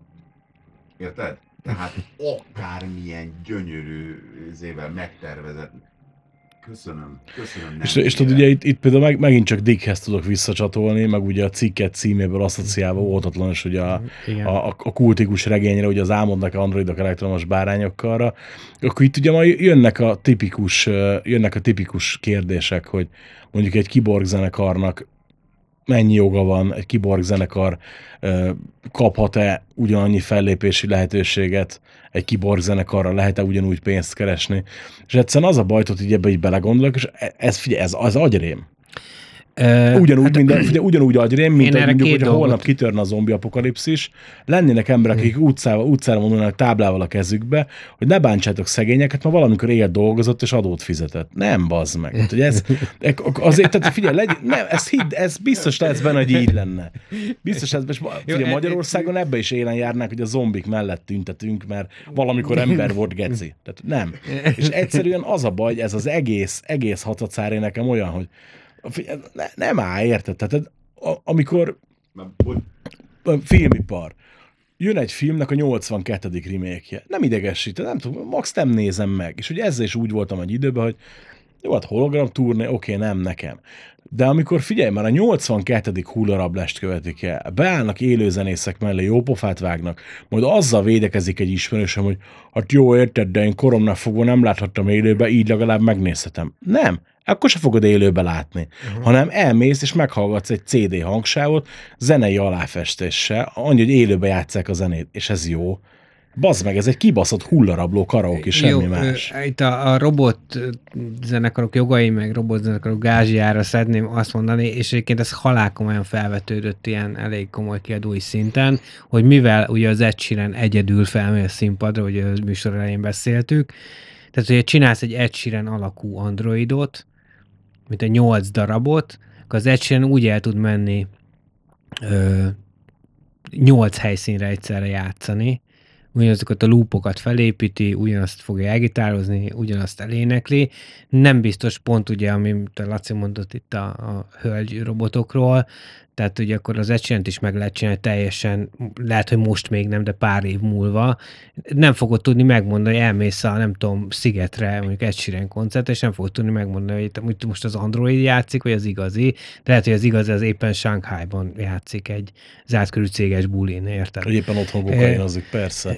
[SPEAKER 1] Érted? Tehát akármilyen gyönyörű zével megtervezett. Köszönöm, köszönöm. Nem
[SPEAKER 3] és, és tudod, ugye itt, itt például meg, megint csak Dickhez tudok visszacsatolni, meg ugye a cikket címéből asszociálva óhatatlan, és ugye a, a, a kultikus regényre, ugye az álmodnak androidok elektromos bárányokkal, akkor itt ugye majd jönnek a tipikus, jönnek a tipikus kérdések, hogy mondjuk egy kiborg zenekarnak mennyi joga van, egy kiborg zenekar kaphat-e ugyanannyi fellépési lehetőséget egy kiborg zenekarra, lehet-e ugyanúgy pénzt keresni. És egyszerűen az a baj, hogy így ebbe így belegondolok, és ez, figyelj, ez az agyrém. Ugyanúgy, hát, minden, figyelj, ugyanúgy agyrém, mint hogy mondjuk, hogy holnap kitörne a zombi apokalipszis, lennének emberek, akik utcára, utcára mondanak táblával a kezükbe, hogy ne bántsátok szegényeket, mert valamikor éjjel dolgozott és adót fizetett. Nem, bazd meg. Hát, hogy ez, azért, tehát figyelj, legy, nem, ez, hidd, ez biztos lesz benne, hogy így lenne. Biztos lesz, és figyelj, Magyarországon ebbe is élen járnák, hogy a zombik mellett tüntetünk, mert valamikor ember volt geci. Tehát nem. És egyszerűen az a baj, ez az egész, egész hatacáré nekem olyan, hogy Ne, nem áll, érted? Tehát amikor a filmipar, jön egy filmnek a nyolcvankettedik remake-je, nem idegesít, nem tudom, max nem nézem meg. És ugye ezzel is úgy voltam egy időben, hogy jó, hát hologram turné, oké, nem nekem. De amikor figyelj, már a nyolcvankettedik hullarablást követik el, beállnak élőzenészek mellé, jó pofát vágnak, majd azzal védekezik egy ismerősöm, hogy hát jó, érted, de én koromnak fogva nem láthattam élőbe, így legalább megnézhetem. Nem. Akkor se fogod élőbe látni, uh-huh. hanem elmész és meghallgatsz egy cé dé hangsávot zenei aláfestéssel, annyi, hogy élőbe játsszák a zenét, és ez jó. Bazd meg, ez egy kibaszott hullarabló karaoke, semmi jó, más.
[SPEAKER 4] Itt a, a robot zenekarok jogai, meg robot zenekarok gázsiára szeretném azt mondani, és egyébként ez halálkomolyan felvetődött ilyen elég komoly kiadói szinten, hogy mivel ugye az Ed Sheeran egyedül felmegy a színpadra, hogy a műsor elején beszéltük, tehát ugye csinálsz egy Ed Sheeran alakú androidot, mint egy nyolc darabot, akkor az Ed Sheeran úgy el tud menni ö, nyolc helyszínre egyszerre játszani, ugyanazokat a loopokat felépíti, ugyanazt fogja elgitározni, ugyanazt elénekli. Nem biztos pont ugye, amit a Laci mondott itt a, a hölgy robotokról, tehát ugye akkor az Ed Sheerant is meg lehet csinálni teljesen, lehet, hogy most még nem, de pár év múlva. Nem fogod tudni megmondani, hogy elmész a, nem tudom, szigetre, mondjuk Ed Sheeran koncertre, és nem fogod tudni megmondani, hogy most az Android játszik, vagy az igazi. De lehet, hogy az igazi az éppen Shanghai-ban játszik egy zártkörű céges bulin, érted?
[SPEAKER 3] Hogy éppen otthon kokainozik, persze.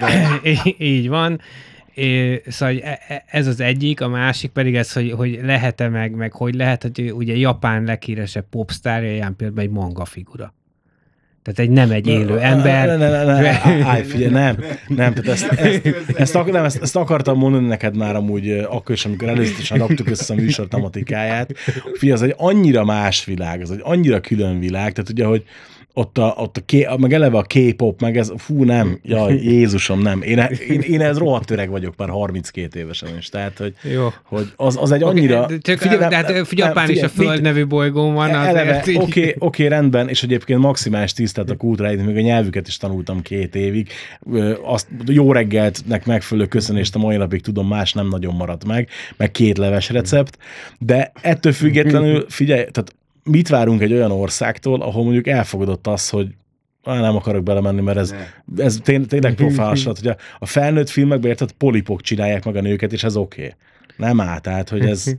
[SPEAKER 4] Így van. É, szóval ez az egyik, a másik pedig ez, hogy, hogy lehet-e meg, meg hogy lehet, hogy ugye Japán leghíresebb popsztárja ilyen például egy manga figura. Tehát egy nem egy élő ember.
[SPEAKER 3] Ne, ne, ne, ne, állj, figyelj, nem, nem, tehát ezt, ezt, ezt, ak- nem ezt, ezt akartam mondani neked már amúgy akkor is, amikor előzetesen raktuk össze a műsor tematikáját. Figyelj, ez egy annyira más világ, ez egy annyira külön világ, tehát ugye, hogy ott a, ott a K, meg eleve a K-pop, meg ez, fú, nem, jaj, Jézusom, nem. Én, én, én ez rohadt öreg vagyok már harminckét évesen is, tehát, hogy,
[SPEAKER 4] Jó.
[SPEAKER 3] hogy az, az egy annyira...
[SPEAKER 4] Okay, csak, figyelj, de hát Japán is a Föld nevű bolygón van.
[SPEAKER 3] Eleve, oké, okay, okay, rendben, és egyébként maximális tisztelt a kultúráit, még a nyelvüket is tanultam két évig. Azt jó reggeltnek megfelelő köszönést a mai napig tudom, más nem nagyon maradt meg, meg két leves recept, de ettől függetlenül, figyelj, tehát mit várunk egy olyan országtól, ahol mondjuk elfogadott az, hogy ah, nem akarok belemenni, mert ez, ez tény, tényleg profánsat, hogy a, a felnőtt filmekben érted, polipok csinálják meg a nőket, és ez oké. Okay. Nem áll, tehát, hogy ez...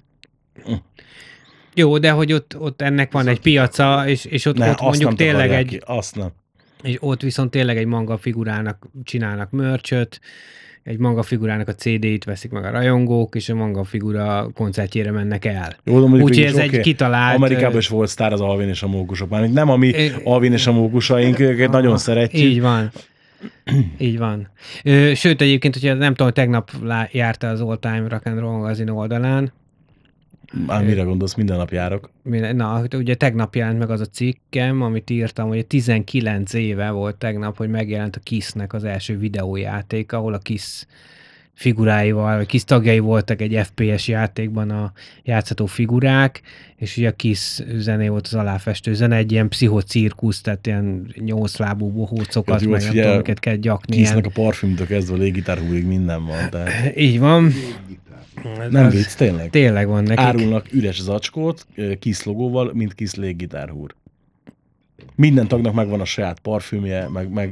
[SPEAKER 4] Jó, de hogy ott, ott ennek van egy piaca, és, és ott,
[SPEAKER 3] ne,
[SPEAKER 4] ott mondjuk tényleg egy...
[SPEAKER 3] Ki, azt nem.
[SPEAKER 4] És ott viszont tényleg egy manga figurának csinálnak merchöt, egy manga figurának a cé dé-t veszik meg a rajongók, és a manga figura koncertjére mennek el. Úgyhogy ez
[SPEAKER 3] okay.
[SPEAKER 4] egy kitalált...
[SPEAKER 3] Amerikában is volt sztár az Alvin és a mókusok. Már nem a mi Alvin és a mókusaink, őket nagyon szeretjük.
[SPEAKER 4] Így van. Így van. Sőt, egyébként, hogyha nem tudom, tegnap járta az All Time Rock and Roll magazin oldalán.
[SPEAKER 3] Már mire gondolsz, minden nap járok.
[SPEAKER 4] Na, ugye tegnap jelent meg az a cikkem, amit írtam, hogy tizenkilenc éve volt tegnap, hogy megjelent a Kiss-nek az első videójáték, ahol a Kiss figuráival, vagy Kiss tagjai voltak egy ef pé es játékban a játszható figurák, és ugye a Kiss zené volt az aláfestő zene, egy ilyen pszichocirkusz, tehát ilyen nyolclábú bohócokat, meg nem tudom, amiket kell gyakni.
[SPEAKER 3] Kisznek a parfümtől kezdve a légitárhúrig minden van. Tehát...
[SPEAKER 4] Így van.
[SPEAKER 3] Nem vicc, tényleg.
[SPEAKER 4] Tényleg van nekik.
[SPEAKER 3] Árulnak üres zacskót, Kiss logóval, mint Kiss léggitárhúr. Minden tagnak megvan a saját parfümje, meg... meg...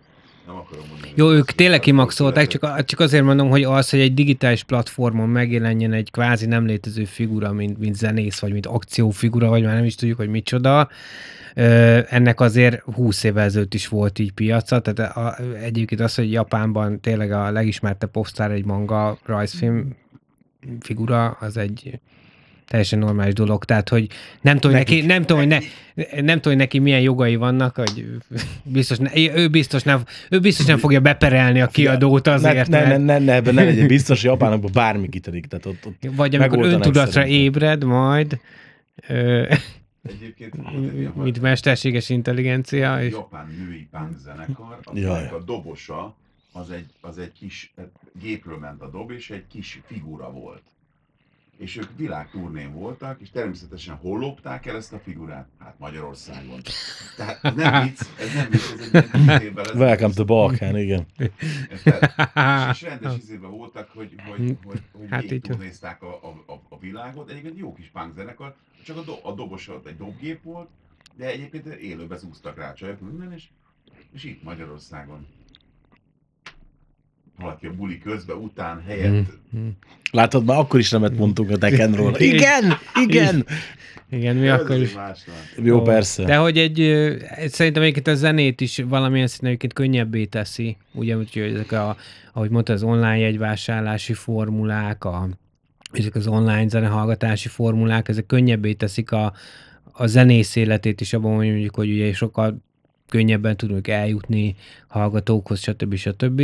[SPEAKER 4] Jó, ők tényleg kimaxolták, csak, csak azért mondom, hogy az, hogy egy digitális platformon megjelenjen egy kvázi nem létező figura, mint, mint zenész, vagy mint akciófigura, vagy már nem is tudjuk, hogy micsoda, ennek azért húsz évvel ezelőtt is volt így piaca, tehát a, egyébként az, hogy Japánban tényleg a legismertebb popstar egy manga rajzfilm figura, az egy teljesen normális dolog, tehát hogy nem tudom, neki, neki, nem tudom, hogy ne, nem tudom, hogy neki milyen jogai vannak, hogy biztos, ne, ő, biztos nem, ő biztos nem fogja beperelni a kiadót azért.
[SPEAKER 3] Ne, ne, ne, ne, ne, ne legyen biztos, hogy Japánokban bármi kitelik. Tehát ott, ott
[SPEAKER 4] vagy amikor öntudatra ébred majd, ö, mint mesterséges intelligencia.
[SPEAKER 1] És... Japán női punk zenekar, akinek a dobosa az egy, az egy kis, gépről ment a dob, és egy kis figura volt. És ők világturnén voltak, és természetesen hol lopták el ezt a figurát? Hát Magyarországon. Tehát ez nem vicc, ez nem vicc, ez egy ilyen évvel ez.
[SPEAKER 3] Welcome to Balkán, igen.
[SPEAKER 1] És, és rendes izében voltak, hogy, hogy, hogy, hogy hát turnézták a, a, a világot. Egyébként jó kis punk zenekar, csak a, do, a dobos egy dobgép volt, de egyébként élőben zúztak rá csajok minden, és, és itt Magyarországon. Valaki a buli közben, után, helyett. Mm.
[SPEAKER 3] Látod, már akkor is nemet mondtunk a Tekkenról. Igen, igen!
[SPEAKER 4] Igen, mi akkor is.
[SPEAKER 3] Jó, Ó, persze.
[SPEAKER 4] De hogy egy, szerintem egyébként a zenét is valamilyen szinten egyébként könnyebbé teszi. Ugye, hogy ezek a, ahogy mondta, az online jegyvásárlási formulák, a, ezek az online zenehallgatási formulák, ezek könnyebbé teszik a, a zenész életét is, abban mondjuk, hogy ugye sokkal könnyebben tudunk eljutni hallgatókhoz, stb. stb.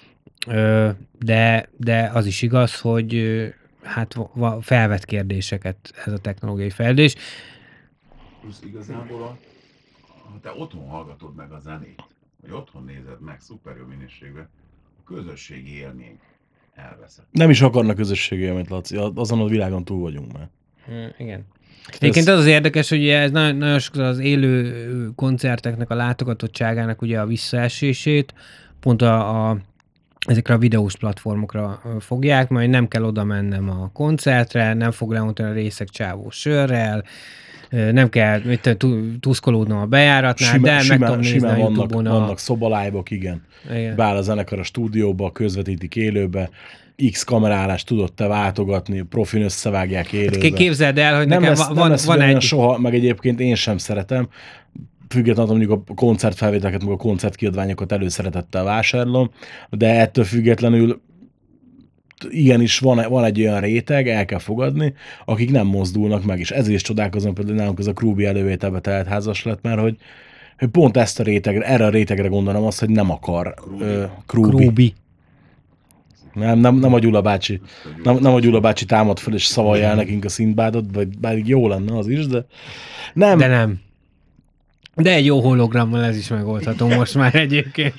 [SPEAKER 4] De, de az is igaz, hogy hát felvet kérdéseket ez a technológiai fejlődés.
[SPEAKER 1] Plusz igazából, a, ha te otthon hallgatod meg a zenét, vagy otthon nézed meg szuper jó minőségben, a közösségi élmény elveszett.
[SPEAKER 3] Nem is akarnak közösségi élményt, Laci, azon a világon túl vagyunk már.
[SPEAKER 4] Igen. Egyébként az az érdekes, hogy ez nagyon, nagyon sokszor az élő koncerteknek a látogatottságának ugye a visszaesését pont a, a ezekre a videós platformokra fogják, majd nem kell oda mennem a koncertre, nem fog leontani a részek csávó sörrel, nem kell mit, tuszkolódnom a bejáratnál,
[SPEAKER 3] Sima,
[SPEAKER 4] de
[SPEAKER 3] simán,
[SPEAKER 4] meg tudom nézni a
[SPEAKER 3] vannak,
[SPEAKER 4] YouTube-on. A...
[SPEAKER 3] Vannak szobalájbok, igen. igen. Beáll a zenekar a stúdióba, közvetítik élőbe, X kamerálást tudod te váltogatni, profin összevágják élőbe.
[SPEAKER 4] Képzeld el, hogy
[SPEAKER 3] nem
[SPEAKER 4] nekem
[SPEAKER 3] lesz,
[SPEAKER 4] van,
[SPEAKER 3] nem lesz
[SPEAKER 4] van egy...
[SPEAKER 3] soha, meg egyébként én sem szeretem. Függetlenül mondjuk a koncertfelvételeket, meg a koncertkiadványokat előszeretettel vásárolom, de ettől függetlenül igenis van, van egy olyan réteg, el kell fogadni, akik nem mozdulnak meg, és ezért is csodálkozom, például nálunk ez a Krúbi elővételbe telt házas lett, mert hogy, hogy pont ezt a rétegre, erre a rétegre gondolom azt, hogy nem akar uh, Krúbi. Krúbi. Nem, nem, nem a Gyula bácsi, nem, nem a Gyula bácsi támad fel és szavalja el nekünk a Szindbádot, vagy bár jó lenne az is, de nem.
[SPEAKER 4] De nem. De egy jó hologrammal ez is megoldható most már egyébként.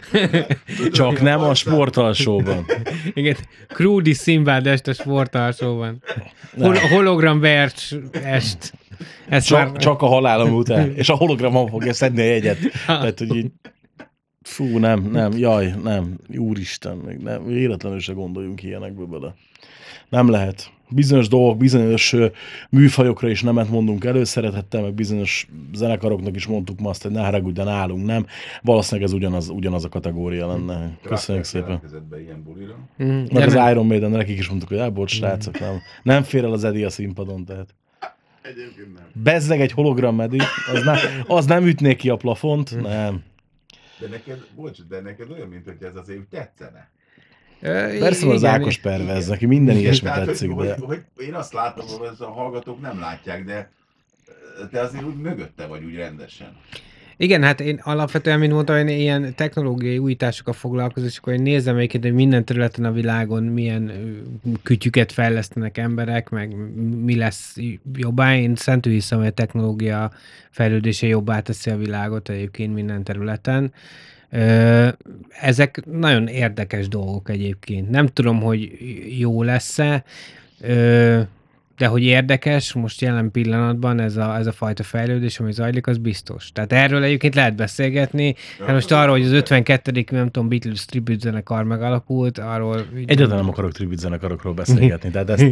[SPEAKER 3] Csak nem a sportalsóban.
[SPEAKER 4] Igen, Krúdi Szimbád est a sportalsóban. Hol- hologram Bercs est. Ez
[SPEAKER 3] Csak,
[SPEAKER 4] már...
[SPEAKER 3] csak a halálom után. És a hologramon fogja szedni a jegyet. Tehát, hogy így... Fú, nem, nem, jaj, nem. Úristen, még nem. Életlenül se gondoljunk ilyenekbe bele. Nem lehet. Bizonyos dolgok, bizonyos ö, műfajokra is nemet mondunk előszeretettel, meg bizonyos zenekaroknak is mondtuk ma azt, hogy ne haragudj, de nálunk nem. Valószínűleg ez ugyanaz, ugyanaz a kategória lenne. Köszönjük szépen.
[SPEAKER 1] Be ilyen bulira.
[SPEAKER 4] Mm,
[SPEAKER 3] Meg az
[SPEAKER 4] nem-
[SPEAKER 3] Iron Maiden, nekik is mondtuk, hogy á, bocs, srácok, nem, nem fér el az Eddie a színpadon, tehát.
[SPEAKER 1] Egyébként nem.
[SPEAKER 3] Bezzeg egy hologram Eddie, az, ne, az nem ütné ki a plafont, nem.
[SPEAKER 1] De neked, bocs, de neked olyan, mint hogy ez azért úgy tetszene.
[SPEAKER 4] Ö,
[SPEAKER 3] Persze van az
[SPEAKER 4] igen,
[SPEAKER 3] Ákos pervez, neki minden ilyesmi
[SPEAKER 1] Tehát,
[SPEAKER 3] tetszik,
[SPEAKER 1] hogy,
[SPEAKER 3] de...
[SPEAKER 1] hogy, hogy, én azt látom, hogy ezt a hallgatók nem látják, de te azért úgy mögötte vagy úgy rendesen.
[SPEAKER 4] Igen, hát én alapvetően, mint mondtam, én ilyen technológiai újításokkal foglalkozom, és akkor én nézem egyébként, hogy minden területen a világon milyen ö, kütyüket fejlesztenek emberek, meg mi lesz jobbá. Én szentül hiszem, hogy a technológia fejlődése jobbá teszi a világot egyébként minden területen. Ö, Ezek nagyon érdekes dolgok egyébként. Nem tudom, hogy jó lesz-e, ö, de hogy érdekes, most jelen pillanatban ez a, ez a fajta fejlődés, ami zajlik, az biztos. Tehát erről egyébként lehet beszélgetni. Hát most arról, hogy az ötvenkettedik nem tudom, Beatles tribute zenekar megalakult, arról...
[SPEAKER 3] Egyáltalán nem akarok tribute zenekarokról beszélgetni, tehát ezt...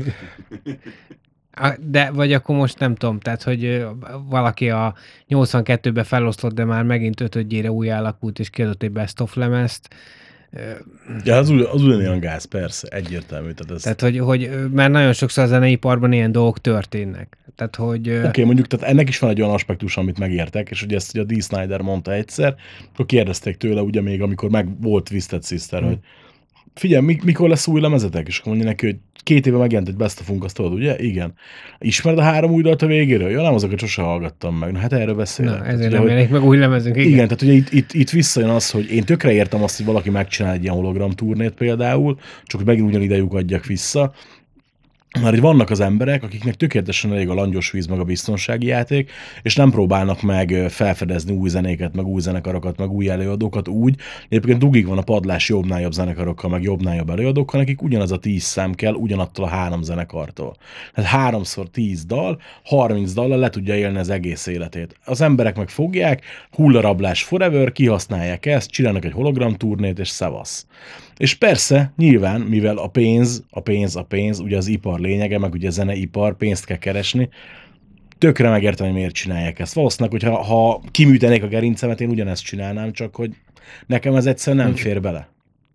[SPEAKER 4] A- De, vagy akkor most nem tudom, tehát, hogy ö, valaki a nyolcvankettőben feloszlott, de már megint ötödjére új alakult, és kiadott egy best of lemezt. Ö,
[SPEAKER 3] Ja, az, ugy- az ugyanilyen gáz, persze, egyértelmű. Tehát ez...
[SPEAKER 4] Tehát, hogy, hogy ö, már nagyon sokszor a zeneiparban ilyen dolgok történnek. Tehát, hogy... ö,
[SPEAKER 3] Oké, okay, mondjuk, tehát ennek is van egy olyan aspektus, amit megértek, és ugye ezt ugye a Dee Snider mondta egyszer, akkor kérdezték tőle, ugye még amikor meg volt Twisted Sister, hogy figyelj, mik- mikor lesz új lemezetek? És akkor mondja neki, hogy két éve megjelent egy Best of-unk, azt tudod, ugye? Igen. Ismered a három új dalt a végéről? Ja, nem, azokat sosem hallgattam meg. Na hát erről beszélek.
[SPEAKER 4] Na,
[SPEAKER 3] Tehát
[SPEAKER 4] ezért
[SPEAKER 3] ugye,
[SPEAKER 4] nem
[SPEAKER 3] hogy-
[SPEAKER 4] jelenik meg új lemezünk.
[SPEAKER 3] Igen, igen, tehát ugye itt, itt, itt visszajön az, hogy én tökre értem azt, hogy valaki megcsinál egy ilyen hologram turnét például, csak hogy megint ugyan idejük adjak vissza. Mert hogy vannak az emberek, akiknek tökéletesen elég a langyos víz, meg a biztonsági játék, és nem próbálnak meg ö, felfedezni új zenéket, meg új zenekarokat, meg új előadókat úgy. Egyébként dugig van a padlás jobbnál jobb zenekarokkal, meg jobbnál jobb előadókkal, nekik ugyanaz a tíz szám kell, ugyanattól a három zenekartól. Tehát háromszor tíz dal, harminc dallal le tudja élni az egész életét. Az emberek meg fogják, hullarablás forever, kihasználják ezt, csinálnak egy hologram turnét, és szevasz. És persze, nyilván, mivel a pénz, a pénz, a pénz, ugye az ipar lényege, meg ugye a zeneipar, pénzt kell keresni, tökre megértem, hogy miért csinálják ezt. Valószínűleg, hogyha ha kiműtenék a gerincemet, én ugyanezt csinálnám, csak hogy nekem ez egyszerűen nem fér bele.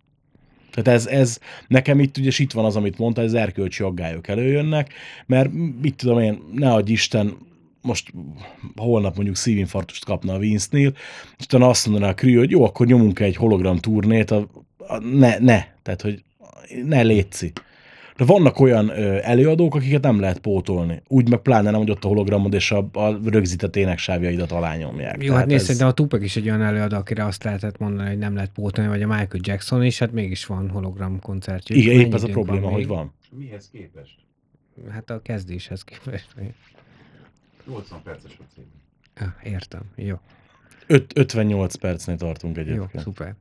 [SPEAKER 3] Tehát ez, ez nekem itt ugye itt van az, amit mondta, hogy az erkölcsi aggályok előjönnek, mert mit tudom én, ne adj Isten, most holnap mondjuk szívinfarktust kapna a Vince Neil, és utána azt mondaná a Crew, hogy jó, akkor nyomunk egy hologram turnét, a, a, ne, ne, tehát hogy ne létszi. De vannak olyan ö, előadók, akiket nem lehet pótolni. Úgy meg pláne nem, hogy ott a hologramod és a, a rögzített éneksávjaidat alányomják.
[SPEAKER 4] Jó, hát nézd, ez... a Tupac is egy olyan előadó, akire azt lehetett mondani, hogy nem lehet pótolni, vagy a Michael Jackson is, hát mégis van hologram koncertjük.
[SPEAKER 3] Igen,
[SPEAKER 4] Mennyi
[SPEAKER 3] épp ez a
[SPEAKER 4] időnk
[SPEAKER 3] probléma,
[SPEAKER 4] még?
[SPEAKER 3] hogy van.
[SPEAKER 1] Mihez képest?
[SPEAKER 4] Hát a kezdéshez képest.
[SPEAKER 1] nyolcvan perces a cég.
[SPEAKER 4] Ah, értem, jó.
[SPEAKER 3] Öt, ötvennyolc percnél tartunk
[SPEAKER 4] Jó,
[SPEAKER 3] egyébként.
[SPEAKER 4] szuper.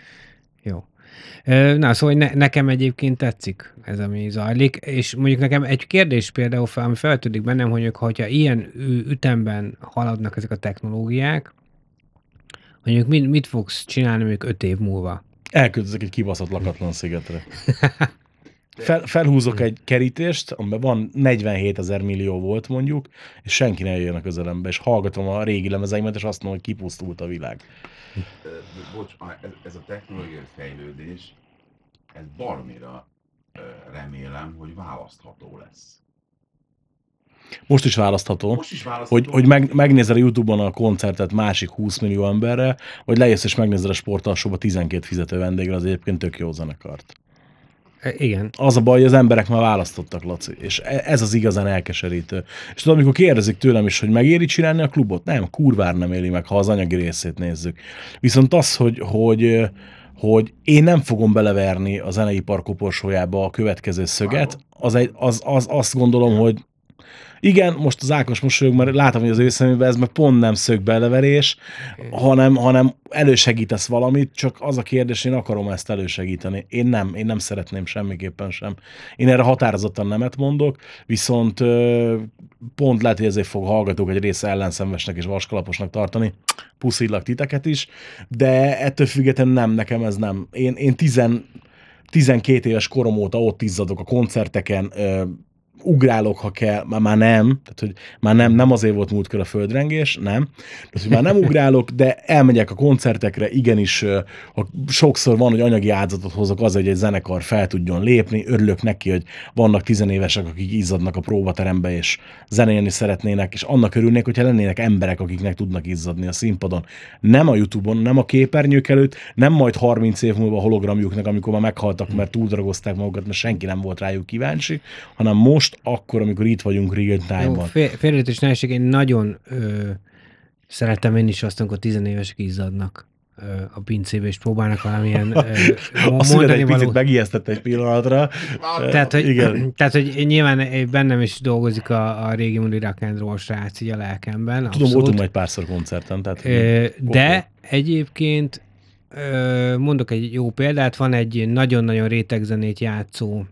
[SPEAKER 4] Jó. Ö, Na, szóval ne, nekem egyébként tetszik ez, ami zajlik, és mondjuk nekem egy kérdés például, fel, ami feltűnik bennem, hogy ők, hogyha ilyen ü- ütemben haladnak ezek a technológiák, mondjuk mit, mit fogsz csinálni mondjuk öt év múlva?
[SPEAKER 3] Elköltözök egy kibaszott lakatlan szigetre. Fel, felhúzok egy kerítést, amiben van negyvenhét ezer millió volt mondjuk, és senki ne jöjjön a közelembe, és hallgatom a régi lemezeimet, és azt mondom, hogy kipusztult a világ.
[SPEAKER 1] Ö, Bocs, a- ez, ez a technológiai fejlődés, ez baromira ö, remélem, hogy választható lesz.
[SPEAKER 3] Most is választható,
[SPEAKER 1] Most is választható.
[SPEAKER 3] hogy, hogy meg, megnézed a YouTube-on a koncertet másik húsz millió emberrel, vagy lejössz és megnézed a sportalsóba tizenkét fizető vendégre, az egyébként tök jó zenekart.
[SPEAKER 4] E, igen.
[SPEAKER 3] Az a baj, hogy az emberek már választottak, Laci, és e- ez az igazán elkeserítő. És tudod, amikor kérdezik tőlem is, hogy megéri csinálni a klubot? Nem, kurvár nem éli meg, ha az anyagi részét nézzük. Viszont az, hogy, hogy, hogy én nem fogom beleverni a zeneipar koporsójába a következő szöget, az, egy, az, az azt gondolom, hogy Igen, most az Ákos mosolyog, mert látom, hogy az ő szemében ez meg pont nem szögbeleverés, hanem, hanem elősegítesz valamit, csak az a kérdés, én akarom ezt elősegíteni. Én nem, én nem szeretném semmiképpen sem. Én erre határozottan nemet mondok, viszont pont lehet, hogy ezért fog hallgatók egy része ellenszenvesnek és vaskalaposnak tartani, puszillak titeket is, de ettől függetlenül nem, nekem ez nem. Én, én tizen, tizenkét éves korom óta ott izzadok a koncerteken, ugrálok, ha kell, már, már nem, tehát hogy már nem, nem azért volt múltkor a földrengés, nem, tehát hogy már nem ugrálok, de elmegyek a koncertekre, igenis, ha sokszor van, hogy anyagi áldozatot hozok az, hogy egy zenekar fel tudjon lépni, örülök neki, hogy vannak tizenévesek, akik izzadnak a próbaterembe, és zenélni szeretnének, és annak örülnék, hogyha lennének emberek, akiknek tudnak izzadni a színpadon. Nem a YouTube-on, nem a képernyők előtt, nem majd harminc év múlva a hologramjuknak, amikor már meghaltak, mert túldrogozták magukat, mert senki nem volt rájuk kíváncsi, hanem most akkor, amikor itt vagyunk real time-ban.
[SPEAKER 4] Félreértés nehézség, én nagyon ö, szeretem én is azt, amikor tizenévesek izzadnak ö, a pincébe, és próbálnak valamilyen ö,
[SPEAKER 3] a szület egy való... picit megijesztett egy pillanatra.
[SPEAKER 4] Tehát, hogy,
[SPEAKER 3] igen.
[SPEAKER 4] tehát, hogy nyilván bennem is dolgozik a, a régi Moody Rock and Roll srác így a lelkemben.
[SPEAKER 3] Tudom,
[SPEAKER 4] abszolút.
[SPEAKER 3] voltunk egy párszor koncerten. Tehát,
[SPEAKER 4] ö, de egyébként ö, mondok egy jó példát, van egy nagyon-nagyon rétegzenét játszó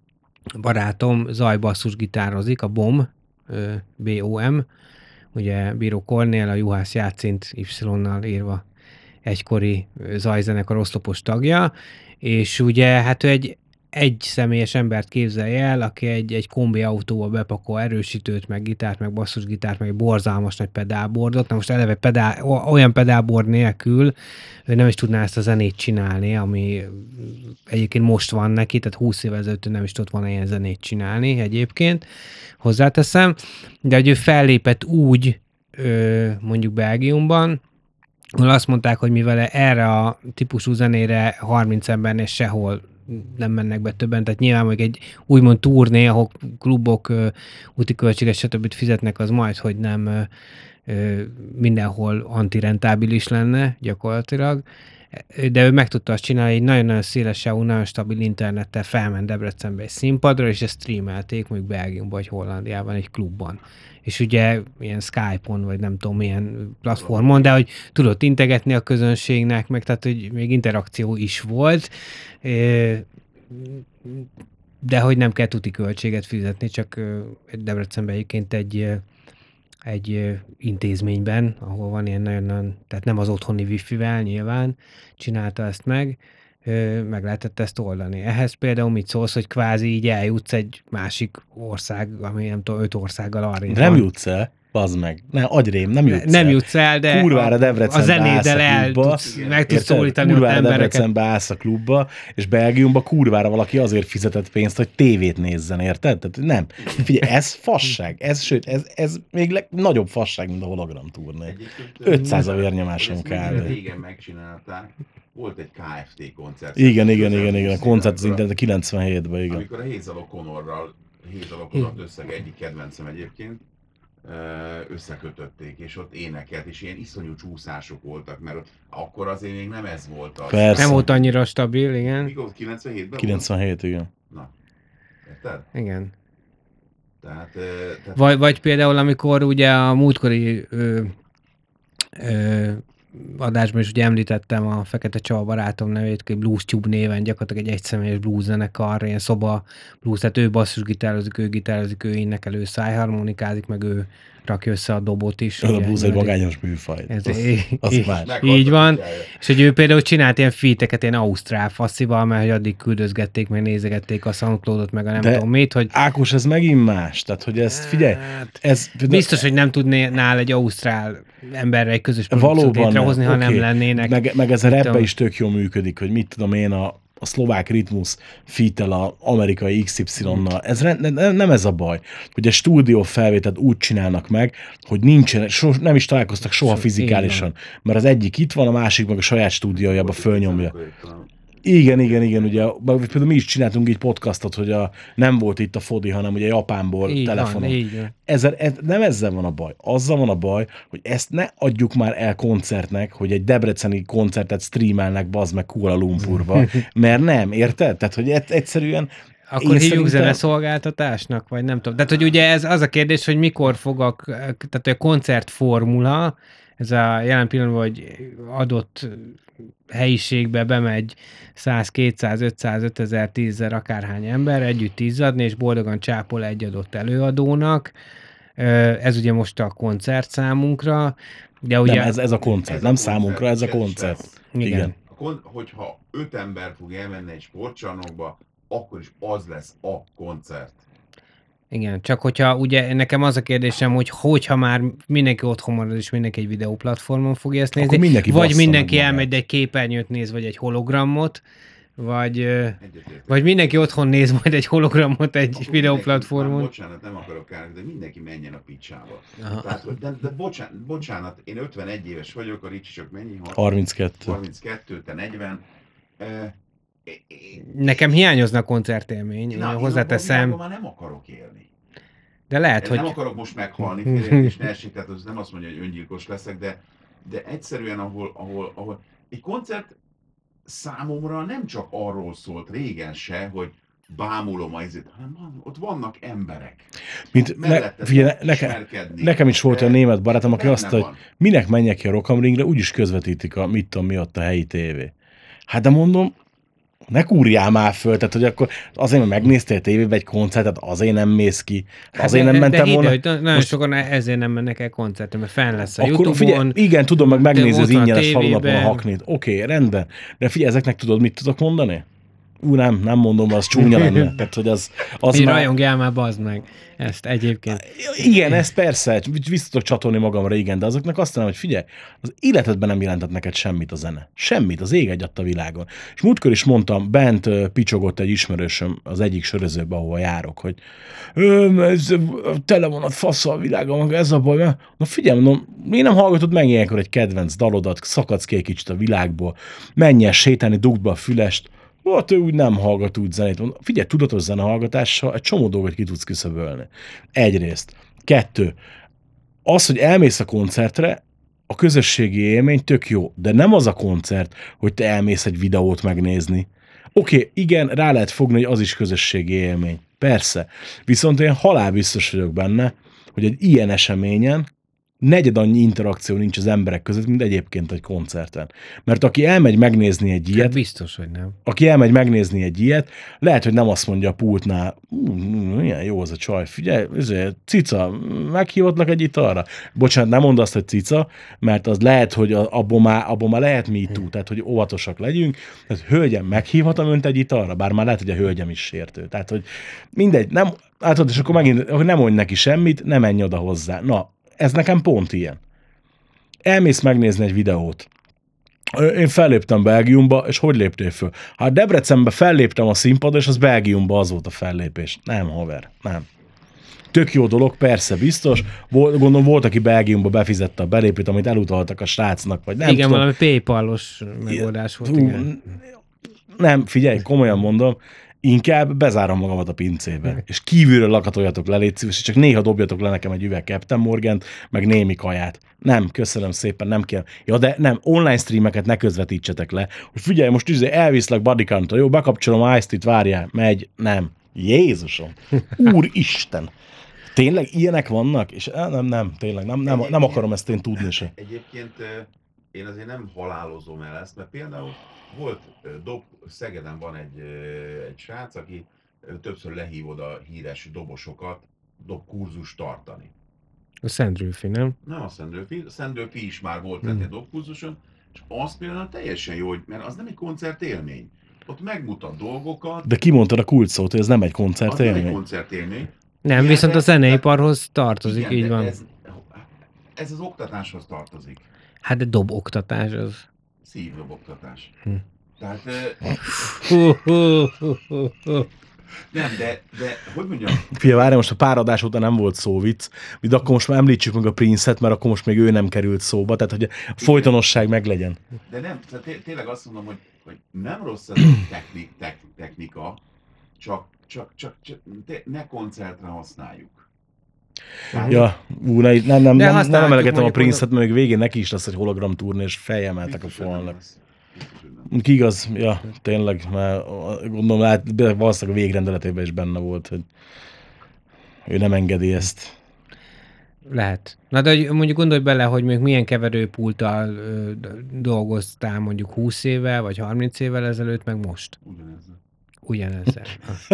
[SPEAKER 4] barátom, zajbasszusgitározik, a BOM, B O M, ugye Bíró Kornél, a Juhász Játszint Y-nal írva egykori zajzenekar oszlopos tagja, és ugye hát ő egy egy személyes embert képzelj el, aki egy, egy kombi autóba bepakol erősítőt, meg gitárt, meg basszusgitárt, meg egy borzalmas nagy pedálbordot. Na most eleve pedál, olyan pedálbord nélkül ő nem is tudná ezt a zenét csinálni, ami egyébként most van neki, tehát húsz évvel ezelőtt nem is tudott volna ilyen zenét csinálni egyébként, hozzáteszem, de hogy ő fellépett úgy, mondjuk Belgiumban, ahol azt mondták, hogy mivel erre a típusú zenére harminc embernél sehol nem mennek be többen, tehát nyilván mondjuk egy úgymond turné, ahol klubok, úti költséget, stb. Fizetnek, az majd, hogy nem mindenhol antirentábilis lenne gyakorlatilag, de ő meg tudta azt csinálni, hogy nagyon-nagyon széles sávú, nagyon stabil internettel felment Debrecenbe egy színpadra, és ezt streamelték mondjuk Belgiumban vagy Hollandiában egy klubban. És ugye ilyen Skype-on, vagy nem tudom milyen platformon, de hogy tudott integetni a közönségnek, meg tehát, hogy még interakció is volt, de hogy nem kell tuti költséget fizetni, csak Debrecenben egyébként egy egy intézményben, ahol van ilyen nagyon, tehát nem az otthoni wifi-vel nyilván csinálta ezt meg, meg lehetett ezt oldani. Ehhez például mit szólsz, hogy kvázi így eljutsz egy másik ország, ami nem tudom, öt országgal arrébb
[SPEAKER 3] nem jutsz el, bazd meg. Ne, agyrém, nem jutsz
[SPEAKER 4] nem
[SPEAKER 3] el.
[SPEAKER 4] jutsz el, de
[SPEAKER 3] kurvára
[SPEAKER 4] a,
[SPEAKER 3] Debrecenbe
[SPEAKER 4] a zenéddel el tudsz, meg tudsz szólítani ott
[SPEAKER 3] kurvára
[SPEAKER 4] embereket.
[SPEAKER 3] Debrecenbe állsz a klubba, és Belgiumba kurvára valaki azért fizetett pénzt, hogy tévét nézzen, érted? Tehát nem. Figyelj, ez fasság. Ez, sőt, ez, ez még leg, nagyobb fasság, mint a hologram turné. ötszáz a vérnyomásom kell.
[SPEAKER 1] Régen megcsinálták. Volt egy ká ef té koncert.
[SPEAKER 3] Igen, igen, igen, igen. A koncert az internet kilencvenhétben, igen.
[SPEAKER 1] Amikor a Hazel O'Connorral, Hazel O'Connor összeg egyik kedvencem egyébként, összekötötték, és ott énekelt, és ilyen iszonyú csúszások voltak, mert akkor azért még nem ez volt az.
[SPEAKER 3] Persze.
[SPEAKER 4] Nem volt annyira stabil, igen.
[SPEAKER 1] Mikor kilencvenhétben
[SPEAKER 3] kilencvenhét,
[SPEAKER 1] volt?
[SPEAKER 3] igen.
[SPEAKER 1] Na, érted?
[SPEAKER 4] Igen.
[SPEAKER 1] Tehát, tehát...
[SPEAKER 4] Vagy, vagy például, amikor ugye a múltkori ö, ö, adásban is ugye említettem a Fekete Csaba barátom nevét, egy Blues Tube néven, gyakorlatilag egy egyszemélyes blues zenekar, ilyen szoba blues, tehát ő basszusgitározik, ő gitározik, ő énekel, ő szájharmonikázik, meg ő rakja össze a dobot is.
[SPEAKER 3] Az a blues egy magányos műfaj.
[SPEAKER 4] Ez
[SPEAKER 3] az,
[SPEAKER 4] így,
[SPEAKER 3] az
[SPEAKER 4] így,
[SPEAKER 3] más.
[SPEAKER 4] így van. És hogy ő például csinált ilyen feateket, ilyen ausztrál faszival, mert hogy addig küldözgették, meg nézegették a SoundCloudot, meg a nem
[SPEAKER 3] de
[SPEAKER 4] tudom mit, hogy...
[SPEAKER 3] Ákos, ez megint más. Tehát, hogy ezt figyelj, ez...
[SPEAKER 4] Biztos, hogy nem tudnál egy ausztrál emberre egy közös produkciót létrehozni, ha okay. nem lennének.
[SPEAKER 3] Meg, meg ez a rapbe is tök jól működik, hogy mit tudom én, a, a szlovák ritmus feat-tel a amerikai iksz ipszilonnal. Ez nem, nem ez a baj, hogy a stúdió felvételt úgy csinálnak meg, hogy nincsen, so, nem is találkoztak soha fizikálisan. Mert az egyik itt van, a másik meg a saját stúdiójába fölnyomja. Igen, igen, igen, ugye például mi is csináltunk így podcastot, hogy a, nem volt itt a Fodi, hanem ugye Japánból így telefonon. Van, így van. Ezzel, ez, nem ezzel van a baj. Azzal van a baj, hogy ezt ne adjuk már el koncertnek, hogy egy debreceni koncertet streamelnek, bazd meg Kuala Lumpurba, mert nem, érted? Tehát, hogy egyszerűen
[SPEAKER 4] Akkor
[SPEAKER 3] Én
[SPEAKER 4] hívjuk
[SPEAKER 3] szerintem-
[SPEAKER 4] zeneszolgáltatásnak, vagy nem tudom. Tehát, hogy ugye ez az a kérdés, hogy mikor fog a, tehát a koncertformula, ez a jelen pillanatban, hogy adott helyiségbe bemegy száz, kétszáz, ötszáz, ötezer, tízezer akárhány ember együtt izzadni, és boldogan csápol egy adott előadónak. Ö, Ez ugye most a koncert számunkra, de ugye...
[SPEAKER 3] Nem, ez, ez a koncert,
[SPEAKER 1] Ez a
[SPEAKER 3] nem
[SPEAKER 1] koncert,
[SPEAKER 3] számunkra, ez a
[SPEAKER 1] ez is
[SPEAKER 3] koncert.
[SPEAKER 1] lesz.
[SPEAKER 4] Igen.
[SPEAKER 3] Igen.
[SPEAKER 1] A kon- hogyha öt ember fog elmenni egy sportcsarnokba, akkor is az lesz a koncert.
[SPEAKER 4] Igen, csak hogyha ugye nekem az a kérdésem, hogy hogyha már mindenki otthon marad, és mindenki egy videóplatformon fogja ezt nézni,
[SPEAKER 3] Akkor mindenki
[SPEAKER 4] vagy
[SPEAKER 3] bassza
[SPEAKER 4] mindenki
[SPEAKER 3] meg
[SPEAKER 4] elmegy,
[SPEAKER 3] magát.
[SPEAKER 4] de egy képernyőt néz, vagy egy hologramot, vagy, ö,
[SPEAKER 1] Egyetértek.
[SPEAKER 4] vagy mindenki otthon néz majd egy hologramot egy
[SPEAKER 1] Akkor
[SPEAKER 4] videóplatformon.
[SPEAKER 1] mindenki- már bocsánat, nem akarok állni, de mindenki menjen a picsába.
[SPEAKER 4] Aha.
[SPEAKER 1] Tehát, hogy- de, de bocsánat, bocsánat, én ötvenegy éves vagyok, a Ricsi csak mennyi?
[SPEAKER 3] harminckettő.
[SPEAKER 1] harminckettő, te negyven. Eh, eh, eh,
[SPEAKER 4] Nekem hiányozna a koncertélmény, én
[SPEAKER 1] Na, én
[SPEAKER 4] hozzáteszem,
[SPEAKER 1] abban a világban már nem akarok élni.
[SPEAKER 4] de lehet,
[SPEAKER 1] Én
[SPEAKER 4] hogy...
[SPEAKER 1] nem akarok most meghalni, félreértés ne essék, tehát az nem azt mondja, hogy öngyilkos leszek, de, de egyszerűen, ahol, ahol, ahol egy koncert számomra nem csak arról szólt régen se, hogy bámulom a izét, hanem van- ott vannak emberek.
[SPEAKER 3] Mint ne,
[SPEAKER 1] Mellette
[SPEAKER 3] figyelj,
[SPEAKER 1] tudok
[SPEAKER 3] nekem,
[SPEAKER 1] ismerkedni.
[SPEAKER 3] nekem is volt
[SPEAKER 1] Eh,
[SPEAKER 3] olyan német barátom, aki
[SPEAKER 1] benne
[SPEAKER 3] azt mondta,
[SPEAKER 1] van.
[SPEAKER 3] hogy minek menjek ki a Rock am Ringre, úgyis közvetítik a mit tudom mi ott a helyi tévé. Hát de mondom, ne kúrjál már föl, tehát hogy akkor azért, mert megnéztél tévében egy koncertet, azért nem mész ki, azért
[SPEAKER 4] de,
[SPEAKER 3] nem
[SPEAKER 4] de
[SPEAKER 3] mentem
[SPEAKER 4] hidd,
[SPEAKER 3] volna.
[SPEAKER 4] hogy na- nagyon
[SPEAKER 3] Most-
[SPEAKER 4] sokan ezért nem mennek el koncertre, mert fenn lesz a
[SPEAKER 3] Akkor
[SPEAKER 4] YouTube-on.
[SPEAKER 3] figyelj, igen, tudom, meg megnézni
[SPEAKER 4] ott
[SPEAKER 3] az
[SPEAKER 4] van a
[SPEAKER 3] ingyenes falunapon a
[SPEAKER 4] tévében.
[SPEAKER 3] haknit. Oké, okay, rendben. De figyelj, ezeknek tudod, mit tudok mondani? Ú, nem, nem mondom, az csúnya lenne. Tehát, hogy az, az
[SPEAKER 4] Mi
[SPEAKER 3] már...
[SPEAKER 4] rajongjál már, bazd meg. Ezt egyébként.
[SPEAKER 3] Igen, ez persze, vissza tudok csatolni magamra, igen, de azoknak azt mondom, hogy figyelj, az életedben nem jelentett neked semmit a zene. Semmit, az ég egy a világon. És múltkor is mondtam, bent ö, picsogott egy ismerősöm az egyik sörözőbe, ahova járok, hogy "Ö, ez, ö, tele van a fasz a világon, meg ez a baj. mert-" Na figyelj, mondom, miért nem hallgatod meg ilyenkor egy kedvenc dalodat, szakadsz ki egy kicsit a világból, menj el sétálni, dugd be a fülest, hát ő úgy nem hallgat úgy zenét. Mondom, figyelj, tudatos zenehallgatással egy csomó dolgot ki tudsz küszöbölni. Egyrészt. Kettő. Az, hogy elmész a koncertre, a közösségi élmény tök jó, de nem az a koncert, hogy te elmész egy videót megnézni. Oké, okay, igen, rá lehet fogni, hogy az is közösségi élmény. Persze. Viszont én halálbiztos vagyok benne, hogy egy ilyen eseményen negyed annyi interakció nincs az emberek között, mint egyébként egy koncerten. Mert aki elmegy megnézni egy
[SPEAKER 4] Hát
[SPEAKER 3] ilyet,
[SPEAKER 4] biztos, hogy nem.
[SPEAKER 3] aki elmegy megnézni egy ilyet, lehet, hogy nem azt mondja a pultnál, "Ú, milyen jó az a csaj, figyelj, ezért, cica, meghívottlak egy itt arra. Bocsánat, nem mondd azt, hogy cica, mert az lehet, hogy a- abból már, abból már lehet me too, tehát hogy óvatosak legyünk. Tehát hölgyem, meghívhatom önt egy itt arra, bár már lehet, hogy a hölgyem is sértő. Tehát, hogy mindegy, nem, hát és akkor megint, akkor nem mondj neki semmit, ne menj oda hozzá. Na, ez nekem pont ilyen. Elmész megnézni egy videót. Én felléptem Belgiumba, és hogy léptél föl? Hát Debrecenbe felléptem a színpadra, és az Belgiumba az volt a fellépés. Nem, haver, nem. Tök jó dolog, persze, biztos. Volt, gondolom volt, aki Belgiumba befizette a belépőt, amit elutaltak a srácnak, vagy nem
[SPEAKER 4] Igen,
[SPEAKER 3] tudom.
[SPEAKER 4] valami PayPal-os megoldás volt,
[SPEAKER 3] Hú,
[SPEAKER 4] igen.
[SPEAKER 3] Nem, figyelj, komolyan mondom, inkább bezárom magamat a pincébe, és kívülről lakatoljatok le, légy szíves, és csak néha dobjatok le nekem egy üveg Captain Morgant, meg némi kaját. Nem, köszönöm szépen, nem kell. Ja, de nem, online streameket ne közvetítsetek le. Hogy figyelj, most izé elviszlek bodycount-ra, jó, bekapcsolom Ice-T-t, várjál, megy, nem. Jézusom, Úristen. Tényleg ilyenek vannak? És eh, nem, nem, tényleg, nem, nem, nem akarom ezt én tudni se.
[SPEAKER 1] Egyébként eh, én azért nem halálozom el ezt, mert például volt eh, dob, Szegeden van egy, eh, egy srác, aki eh, többször lehívod a híres dobosokat, dobkurzust tartani.
[SPEAKER 4] A Szentgyörgyi, nem?
[SPEAKER 1] Nem a Szendőfi, Szendőfi is már volt lenni a dobkurzuson, és az például teljesen jó, hogy- mert az nem egy koncertélmény. Ott megmutat dolgokat,
[SPEAKER 3] De kimondtad a kulcs szót, hogy ez nem egy
[SPEAKER 1] az nem egy
[SPEAKER 3] koncertélmény.
[SPEAKER 1] koncertélmény.
[SPEAKER 4] Nem,
[SPEAKER 1] Igen,
[SPEAKER 4] viszont
[SPEAKER 1] de-
[SPEAKER 4] a zeneiparhoz tartozik,
[SPEAKER 1] Igen,
[SPEAKER 4] így
[SPEAKER 1] de
[SPEAKER 4] van.
[SPEAKER 1] Ez, ez az oktatáshoz tartozik.
[SPEAKER 4] Hát de doboktatás az.
[SPEAKER 1] Szívdoboktatás.
[SPEAKER 4] Hm.
[SPEAKER 1] Tehát eh,
[SPEAKER 4] Hú, hú, hú, hú, hú.
[SPEAKER 1] nem, de, de hogy mondjam,
[SPEAKER 3] Fia, várj, most a páradás óta nem volt szó vicc, de akkor most már említsük meg a Prince-et, mert akkor most még ő nem került szóba, tehát hogy a folytonosság meglegyen.
[SPEAKER 1] de nem, tehát té- tényleg azt mondom, hogy, hogy nem rossz ez a technik, tek, technika, csak, csak, csak, csak te, ne koncertre használjuk. Tehát-
[SPEAKER 3] Ja, ú, ne, nem, nem, nem, nem
[SPEAKER 4] használhatjuk
[SPEAKER 3] emelegetem a
[SPEAKER 4] mondjuk
[SPEAKER 3] Prince-et, mert még végén neki is lesz egy hologram turné, és feljemeltek a
[SPEAKER 1] Biztos, hogy nem
[SPEAKER 3] falnak.
[SPEAKER 1] lesz. Biztos, hogy nem.
[SPEAKER 3] Igaz, ja, tényleg, mert gondolom, hát valószínűleg a végrendeletében is benne volt, hogy ő nem engedi ezt.
[SPEAKER 4] Lehet. Na de hogy mondjuk gondolj bele, hogy még milyen keverőpulttal ö, dolgoztál mondjuk húsz évvel, vagy harminc évvel ezelőtt, meg most.
[SPEAKER 1] Ugyanezzel.
[SPEAKER 4] Ugyanezzel.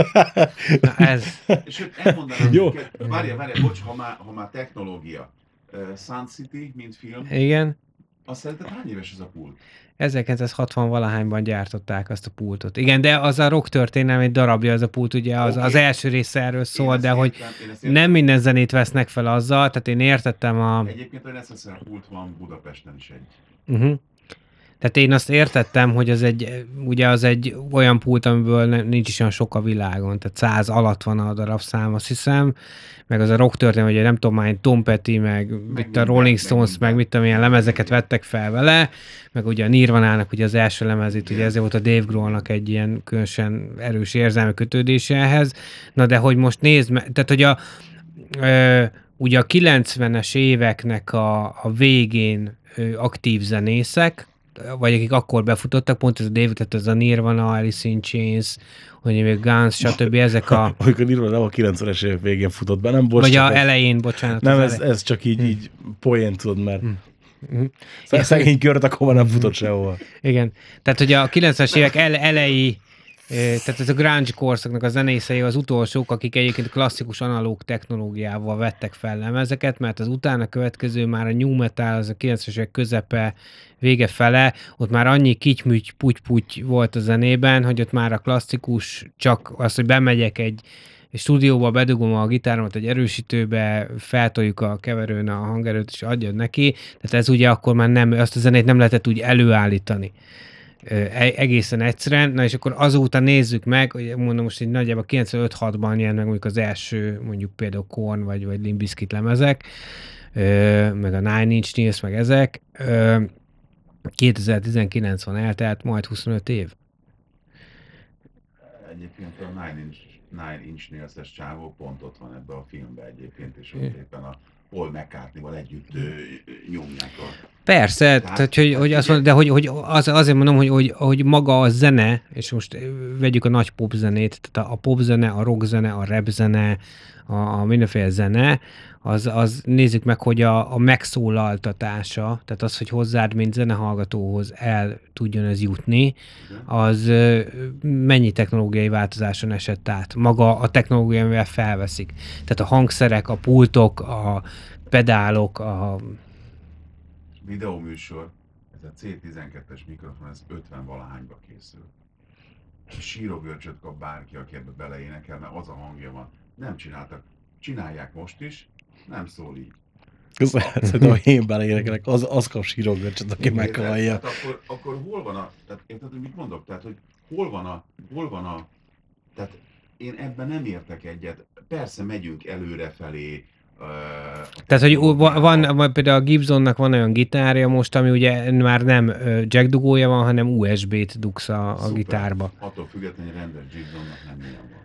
[SPEAKER 4] Na ez...
[SPEAKER 1] És őt elmondanám,
[SPEAKER 3] Jó.
[SPEAKER 1] hogy várjál, várjál, bocs, ha már, ha már technológia. Uh, Sun City, mint film,
[SPEAKER 4] Igen.
[SPEAKER 1] azt szerinted hány éves ez a pult?
[SPEAKER 4] ezerkilencszázhatvan valahányban gyártották azt a pultot. Igen, de az a rock történelem egy darabja, az a pult, ugye az,
[SPEAKER 1] Oké.
[SPEAKER 4] az első része erről szól,
[SPEAKER 1] ezt
[SPEAKER 4] de hogy
[SPEAKER 1] értem, én ezt értem.
[SPEAKER 4] nem minden zenét vesznek fel azzal, tehát én értettem a...
[SPEAKER 1] Egyébként olyan eszeszem pult van Budapesten is egy.
[SPEAKER 4] Uh-huh. Tehát én azt értettem, hogy az egy, ugye az egy olyan pult, amiből ne- nincs is olyan sok a világon, tehát száz alatt van a darabszám, azt hiszem, meg az a rock történet, hogy nem tudom már, Tom Petty, meg, meg itt a
[SPEAKER 1] minden,
[SPEAKER 4] Rolling
[SPEAKER 1] meg
[SPEAKER 4] Stones, meg,
[SPEAKER 1] minden.
[SPEAKER 4] mit tudom, ilyen lemezeket vettek fel vele, meg ugye a Nirvanának ugye az első lemezét, ugye
[SPEAKER 1] Igen.
[SPEAKER 4] ezért volt a Dave Grohlnak egy ilyen különösen erős érzelmi kötődése ehhez. Na de hogy most nézd meg, tehát hogy a, ö, ugye a kilencvenes éveknek a, a végén ö, aktív zenészek, vagy akik akkor befutottak, pont ez a David, tehát ez a Nirvana, Alice in Chains, hogy még Guns, stb. Ezek a...
[SPEAKER 3] Amikor írva nem a kilencvenes évek végén futott be, nem? Bocs,
[SPEAKER 4] vagy
[SPEAKER 3] csak
[SPEAKER 4] a
[SPEAKER 3] ez-
[SPEAKER 4] elején, bocsánat.
[SPEAKER 3] Nem,
[SPEAKER 4] az
[SPEAKER 3] ez,
[SPEAKER 4] elej-
[SPEAKER 3] ez csak így, így poén, tudod, mert
[SPEAKER 4] Mhm.
[SPEAKER 3] sz- szegény kört akkor nem futott sehova.
[SPEAKER 4] Igen. Tehát, hogy a kilencvenes évek ele- elejé, eh, tehát ez a grunge korszaknak a zenészei az utolsók, akik egyébként klasszikus analóg technológiával vettek fel lemezeket, mert az utána következő már a new metal, az a kilencvenes évek közepe, vége fele, ott már annyi kitymüty, puty-puty volt a zenében, hogy ott már a klasszikus csak az, hogy bemegyek egy egy stúdióba, bedugom a gitáromat egy erősítőbe, feltoljuk a keverőn a hangerőt, és adjad neki. Tehát ez ugye akkor már nem, azt a zenét nem lehetett úgy előállítani. Ö, e- egészen egyszerűen. Na és akkor azóta nézzük meg, hogy mondom most egy nagyjából kilencvenöt-hatban jelent meg mondjuk az első, mondjuk például Korn vagy, vagy Limp Bizkit lemezek, ö, meg a Nine Inch Nails, meg ezek. Ö, kétezer-tizenkilenc van eltelt, majd huszonöt év.
[SPEAKER 1] Egyébként a Nine Inch, Nine Inch Nails-es csávó pont ott van ebben a filmben egyébként, és ott éppen a Paul McCartney-val együtt ö, ö, nyomják a...
[SPEAKER 4] Persze,
[SPEAKER 1] Tehát-
[SPEAKER 4] tehát, hogy, hogy azt
[SPEAKER 1] ugye-
[SPEAKER 4] mondom, de hogy, hogy az, azért mondom, hogy, hogy, hogy maga a zene, és most vegyük a nagy popzenét, tehát a, a popzene, a rockzene, a rapzene, a, a mindenféle zene, az, az nézzük meg, hogy a, a megszólaltatása, tehát az, hogy hozzád, mint zenehallgatóhoz el tudjon ez jutni, az ö, mennyi technológiai változáson esett át. Maga a technológia, amivel felveszik. Tehát a hangszerek, a pultok, a pedálok, a
[SPEAKER 1] videóműsor, ez a cé tizenkettes mikrofon, ez ötven valahányba készül. És sírogörcsöt kap bárki, aki ebbe beleénekel, mert az a hangja van. Nem csináltak. Csinálják most is, nem szól így.
[SPEAKER 3] Szerintem, ha én beleénekelek, az, az kap sírogörcsöt, aki meghallja.
[SPEAKER 1] Hát akkor, akkor hol van a... Tehát érted, hogy mit mondok? Tehát, hogy hol van a... Hol van a... Tehát én ebben nem értek egyet. Persze megyünk előrefelé. Uh,
[SPEAKER 4] Tehát, hogy va- van, van, például a Gibsonnak van olyan gitárja most, ami ugye már nem ö, jack dugója van, hanem u es bé-t dugsz a, a
[SPEAKER 1] Szuper.
[SPEAKER 4] gitárba.
[SPEAKER 1] Attól függetlenül rendes Gibsonnak nem ilyen van.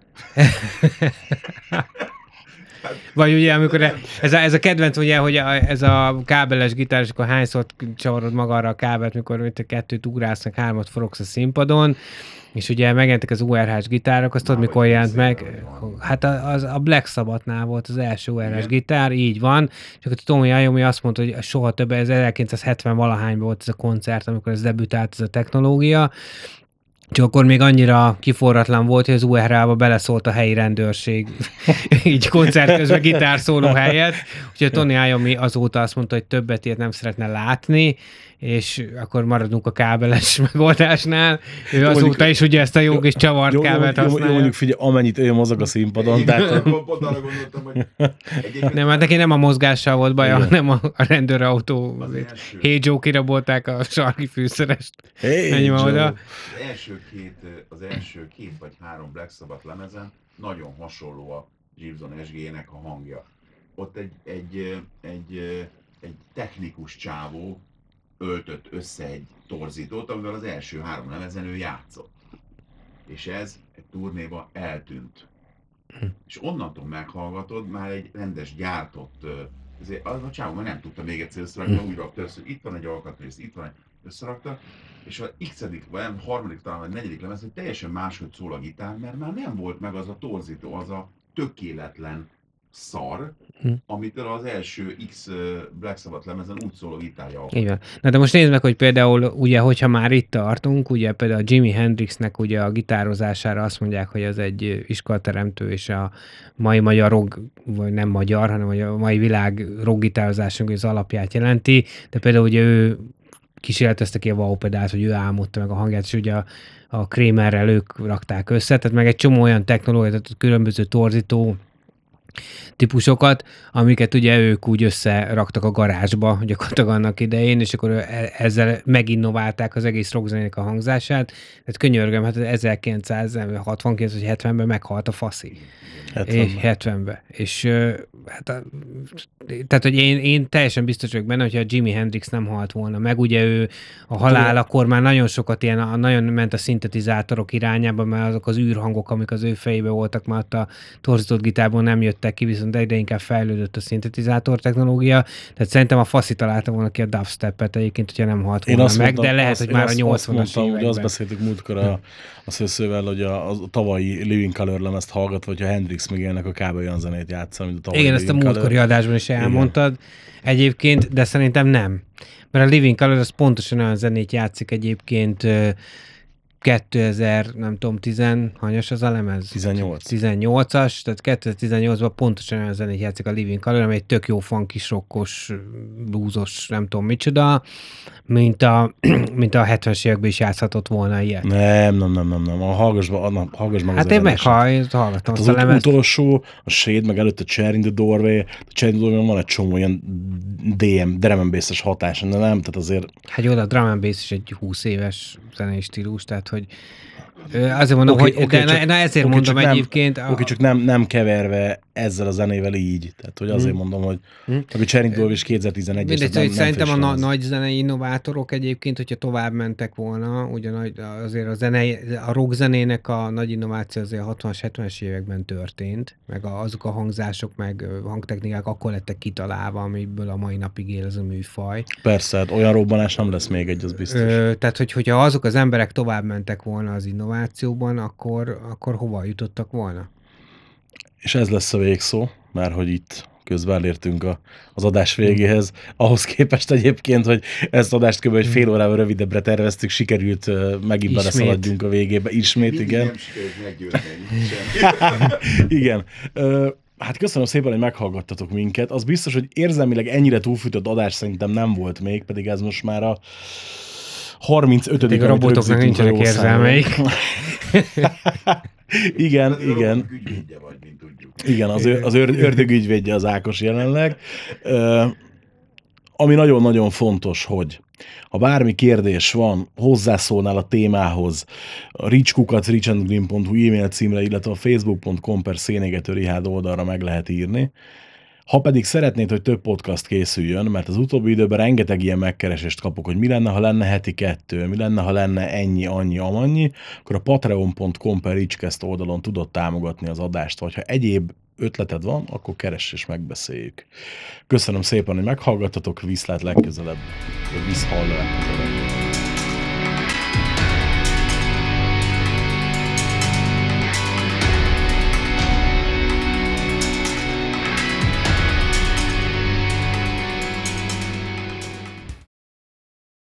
[SPEAKER 4] Vagy ugye, amikor e- ez a, ez a kedvenc, ugye, hogy a, ez a kábeles gitár, és akkor hányszor csavarod magára a kábelt, mikor mint a kettőt ugrálsz, meg hármat forogsz a színpadon, és ugye megjelentek az u er hás gitárok, azt tudod,
[SPEAKER 1] Már
[SPEAKER 4] mikor
[SPEAKER 1] vagy
[SPEAKER 4] jelent
[SPEAKER 1] tíz
[SPEAKER 4] meg?
[SPEAKER 1] éve van.
[SPEAKER 4] Hát a, az, a Black Sabbathnál volt az első u er hás
[SPEAKER 1] Igen.
[SPEAKER 4] gitár, így van, és akkor Tommy Iommi azt mondta, hogy soha többet, ez ezerkilencszázhetven valahányban volt ez a koncert, amikor ez debütált ez a technológia, csak akkor még annyira kiforratlan volt, hogy az u er há-ba beleszólt a helyi rendőrség így koncert közben gitárszóló helyett. Úgyhogy Tony Iommi azóta azt mondta, hogy többet ilyet nem szeretne látni, és akkor maradunk a kábeles megoldásnál. Ő azóta is ugye ezt a jó kis csavart
[SPEAKER 3] Jó, jó,
[SPEAKER 4] kábelt
[SPEAKER 3] jó, jó,
[SPEAKER 4] használja.
[SPEAKER 3] mondjuk figyelj, amennyit ő mozog a színpadon,
[SPEAKER 1] Én
[SPEAKER 3] tehát
[SPEAKER 1] pont arra gondoltam, hogy egyébként
[SPEAKER 4] Nem, hát neki nem a mozgással volt baja,
[SPEAKER 3] Igen.
[SPEAKER 4] hanem a, a rendőrautó.
[SPEAKER 1] az
[SPEAKER 4] azért.
[SPEAKER 1] első,
[SPEAKER 4] Hey Joe kirabolták a sarki fűszerest.
[SPEAKER 3] hey,
[SPEAKER 4] Menj ma
[SPEAKER 3] Joe.
[SPEAKER 4] oda.
[SPEAKER 1] az első két, az első két vagy három Black Sabbath lemezen nagyon hasonló a Gibson es gé-nek a hangja. Ott egy, egy, egy, egy technikus csávó öltött össze egy torzítót, amivel az első három lemezen ő játszott. És ez egy turnéba eltűnt. És onnantól meghallgatod, már egy rendes gyártott, azért az a csávó már nem tudta még egyszer összerakni, úgy rakta össze, hogy itt van egy alkatrész, itt van egy, összerakta, és a x-edik, vagy nem, harmadik talán, vagy negyedik lemez, hogy teljesen máshogy szól a gitár, mert már nem volt meg az a torzító, az a tökéletlen szar, hm. amitől az első X Black Sabbath lemezen úgy szól a gitárja.
[SPEAKER 4] Így van. Na de most nézd meg, hogy például, ugye, hogyha már itt tartunk, ugye például a Jimi Hendrixnek ugye a gitározására azt mondják, hogy az egy iskolateremtő, és a mai magyar rock, vagy nem magyar, hanem a mai világ rock gitározásunk az alapját jelenti, de például ugye ő kísérletezte ki a wow pedát, hogy ő álmodta meg a hangját, és ugye a, a Kramerrel ők rakták össze, tehát meg egy csomó olyan technológia, tehát különböző torzító típusokat, amiket ugye ők úgy összeraktak a garázsba gyakorlatilag annak idején, és akkor ezzel meginnoválták az egész rockzenének a hangzását. Tehát könyörgöm, hát ezerkilencszázhatvankilenc vagy hetvenben meghalt a faszi. hetvenben. hetvenben. És hát, tehát, hogy én, én teljesen biztos vagyok benne, hogyha Jimi Hendrix nem halt volna meg, ugye ő a halálakor már nagyon sokat ilyen, nagyon ment a szintetizátorok irányába, mert azok az űrhangok, amik az ő fejében voltak, már a torzított gitárból nem jöttek ki, viszont egyre inkább fejlődött a szintetizátor technológia, tehát szerintem a faszi találta volna ki a dubstepet egyébként, hogyha nem halt volna meg, mondtam, de lehet, azt, hogy már a nyolcvanas években.
[SPEAKER 3] Ugye azt beszéltük múltkor a, a szőszővel, hogy a, a tavalyi Living Colour lemezt hallgatva, hogyha Hendrix még ennek a kb. Olyan zenét játszani, mint a tavalyi
[SPEAKER 4] igen, Living ezt a múltkori adásban is elmondtad. Igen. Egyébként, de szerintem nem. Mert a Living Colour az pontosan olyan zenét játszik egyébként kétezer, nem tudom, tizen, hanyas az a lemez?
[SPEAKER 3] tizennyolc.
[SPEAKER 4] tizennyolcas, tehát kétezer-tizennyolcban pontosan olyan zenét játszik a Living Colour, ami egy tök jó funkis, rockos, bluesos, nem tudom micsoda, mint a, mint a hetvenes években is játszhatott volna ilyet.
[SPEAKER 3] Nem, nem, nem, nem, nem. A hallgass, a, hallgass meg
[SPEAKER 4] hát én meghallgatom
[SPEAKER 3] hát az, az utolsó, a Shade, meg előtt a Cherry in the Doorway, a Cherry in the Doorway van egy csomó ilyen dé em, drum and bass-es hatás, de nem, tehát azért...
[SPEAKER 4] Hát jó, a drum and bass is egy húsz éves zenei stílus, tehát hogy azért mondom, okay, hogy okay, de csak, na ezért okay, mondom egyébként...
[SPEAKER 3] Oké, okay, csak nem, nem keverve ezzel a zenével így. Tehát, hogy azért hmm. mondom, hogy hmm. a Cherry in the Doorway is kétezer-tizenegy-es.
[SPEAKER 4] Mindegy, nem, szerintem nem a na- nagy zenei innovátorok egyébként, hogyha tovább mentek volna, ugyan azért a, zenei, a rock zenének a nagy innováció azért a hatvanas, hetvenes években történt, meg azok a hangzások, meg hangtechnikák akkor lettek kitalálva, amiből a mai napig él ez a műfaj.
[SPEAKER 3] Persze, hát olyan robbanás nem lesz még egy, az biztos.
[SPEAKER 4] Ö, tehát, hogy, hogyha azok az emberek tovább mentek volna az innovációban, akkor, akkor hova jutottak volna?
[SPEAKER 3] És ez lesz a végszó, mert hogy itt közben elértünk a, az adás végéhez. Ahhoz képest egyébként, hogy ezt az adást kb. Egy fél órával rövidebbre terveztük, sikerült uh, megint beleszaladjunk a végébe. Ismét, igen.
[SPEAKER 1] Nem sikerült
[SPEAKER 3] meggyőzni. Igen. Uh, hát köszönöm szépen, hogy meghallgattatok minket. Az biztos, hogy érzelmileg ennyire túlfűtött adás szerintem nem volt még, pedig ez most már a harmincötödik
[SPEAKER 4] A robotoknak nincsenek érzelmeik.
[SPEAKER 3] Igen,
[SPEAKER 1] az
[SPEAKER 3] igen.
[SPEAKER 1] Ügyvédje vagy, mint tudjuk.
[SPEAKER 3] Igen, az, ör, az ör, ördögügyvédje az Ákos jelenleg. Uh, ami nagyon-nagyon fontos, hogy ha bármi kérdés van, hozzászólnál a témához, a reachkukac reachandgreen pont hu e-mail címre, illetve a facebook pont com per szénégető Rihád oldalra meg lehet írni. Ha pedig szeretnéd, hogy több podcast készüljön, mert az utóbbi időben rengeteg ilyen megkeresést kapok, hogy mi lenne, ha lenne heti kettő, mi lenne, ha lenne ennyi, annyi, amannyi, akkor a patreon pont com per reachcast oldalon tudod támogatni az adást, vagy ha egyéb ötleted van, akkor keress és megbeszéljük. Köszönöm szépen, hogy meghallgattatok, viszlát legközelebb, vagy visszhall legközelebb.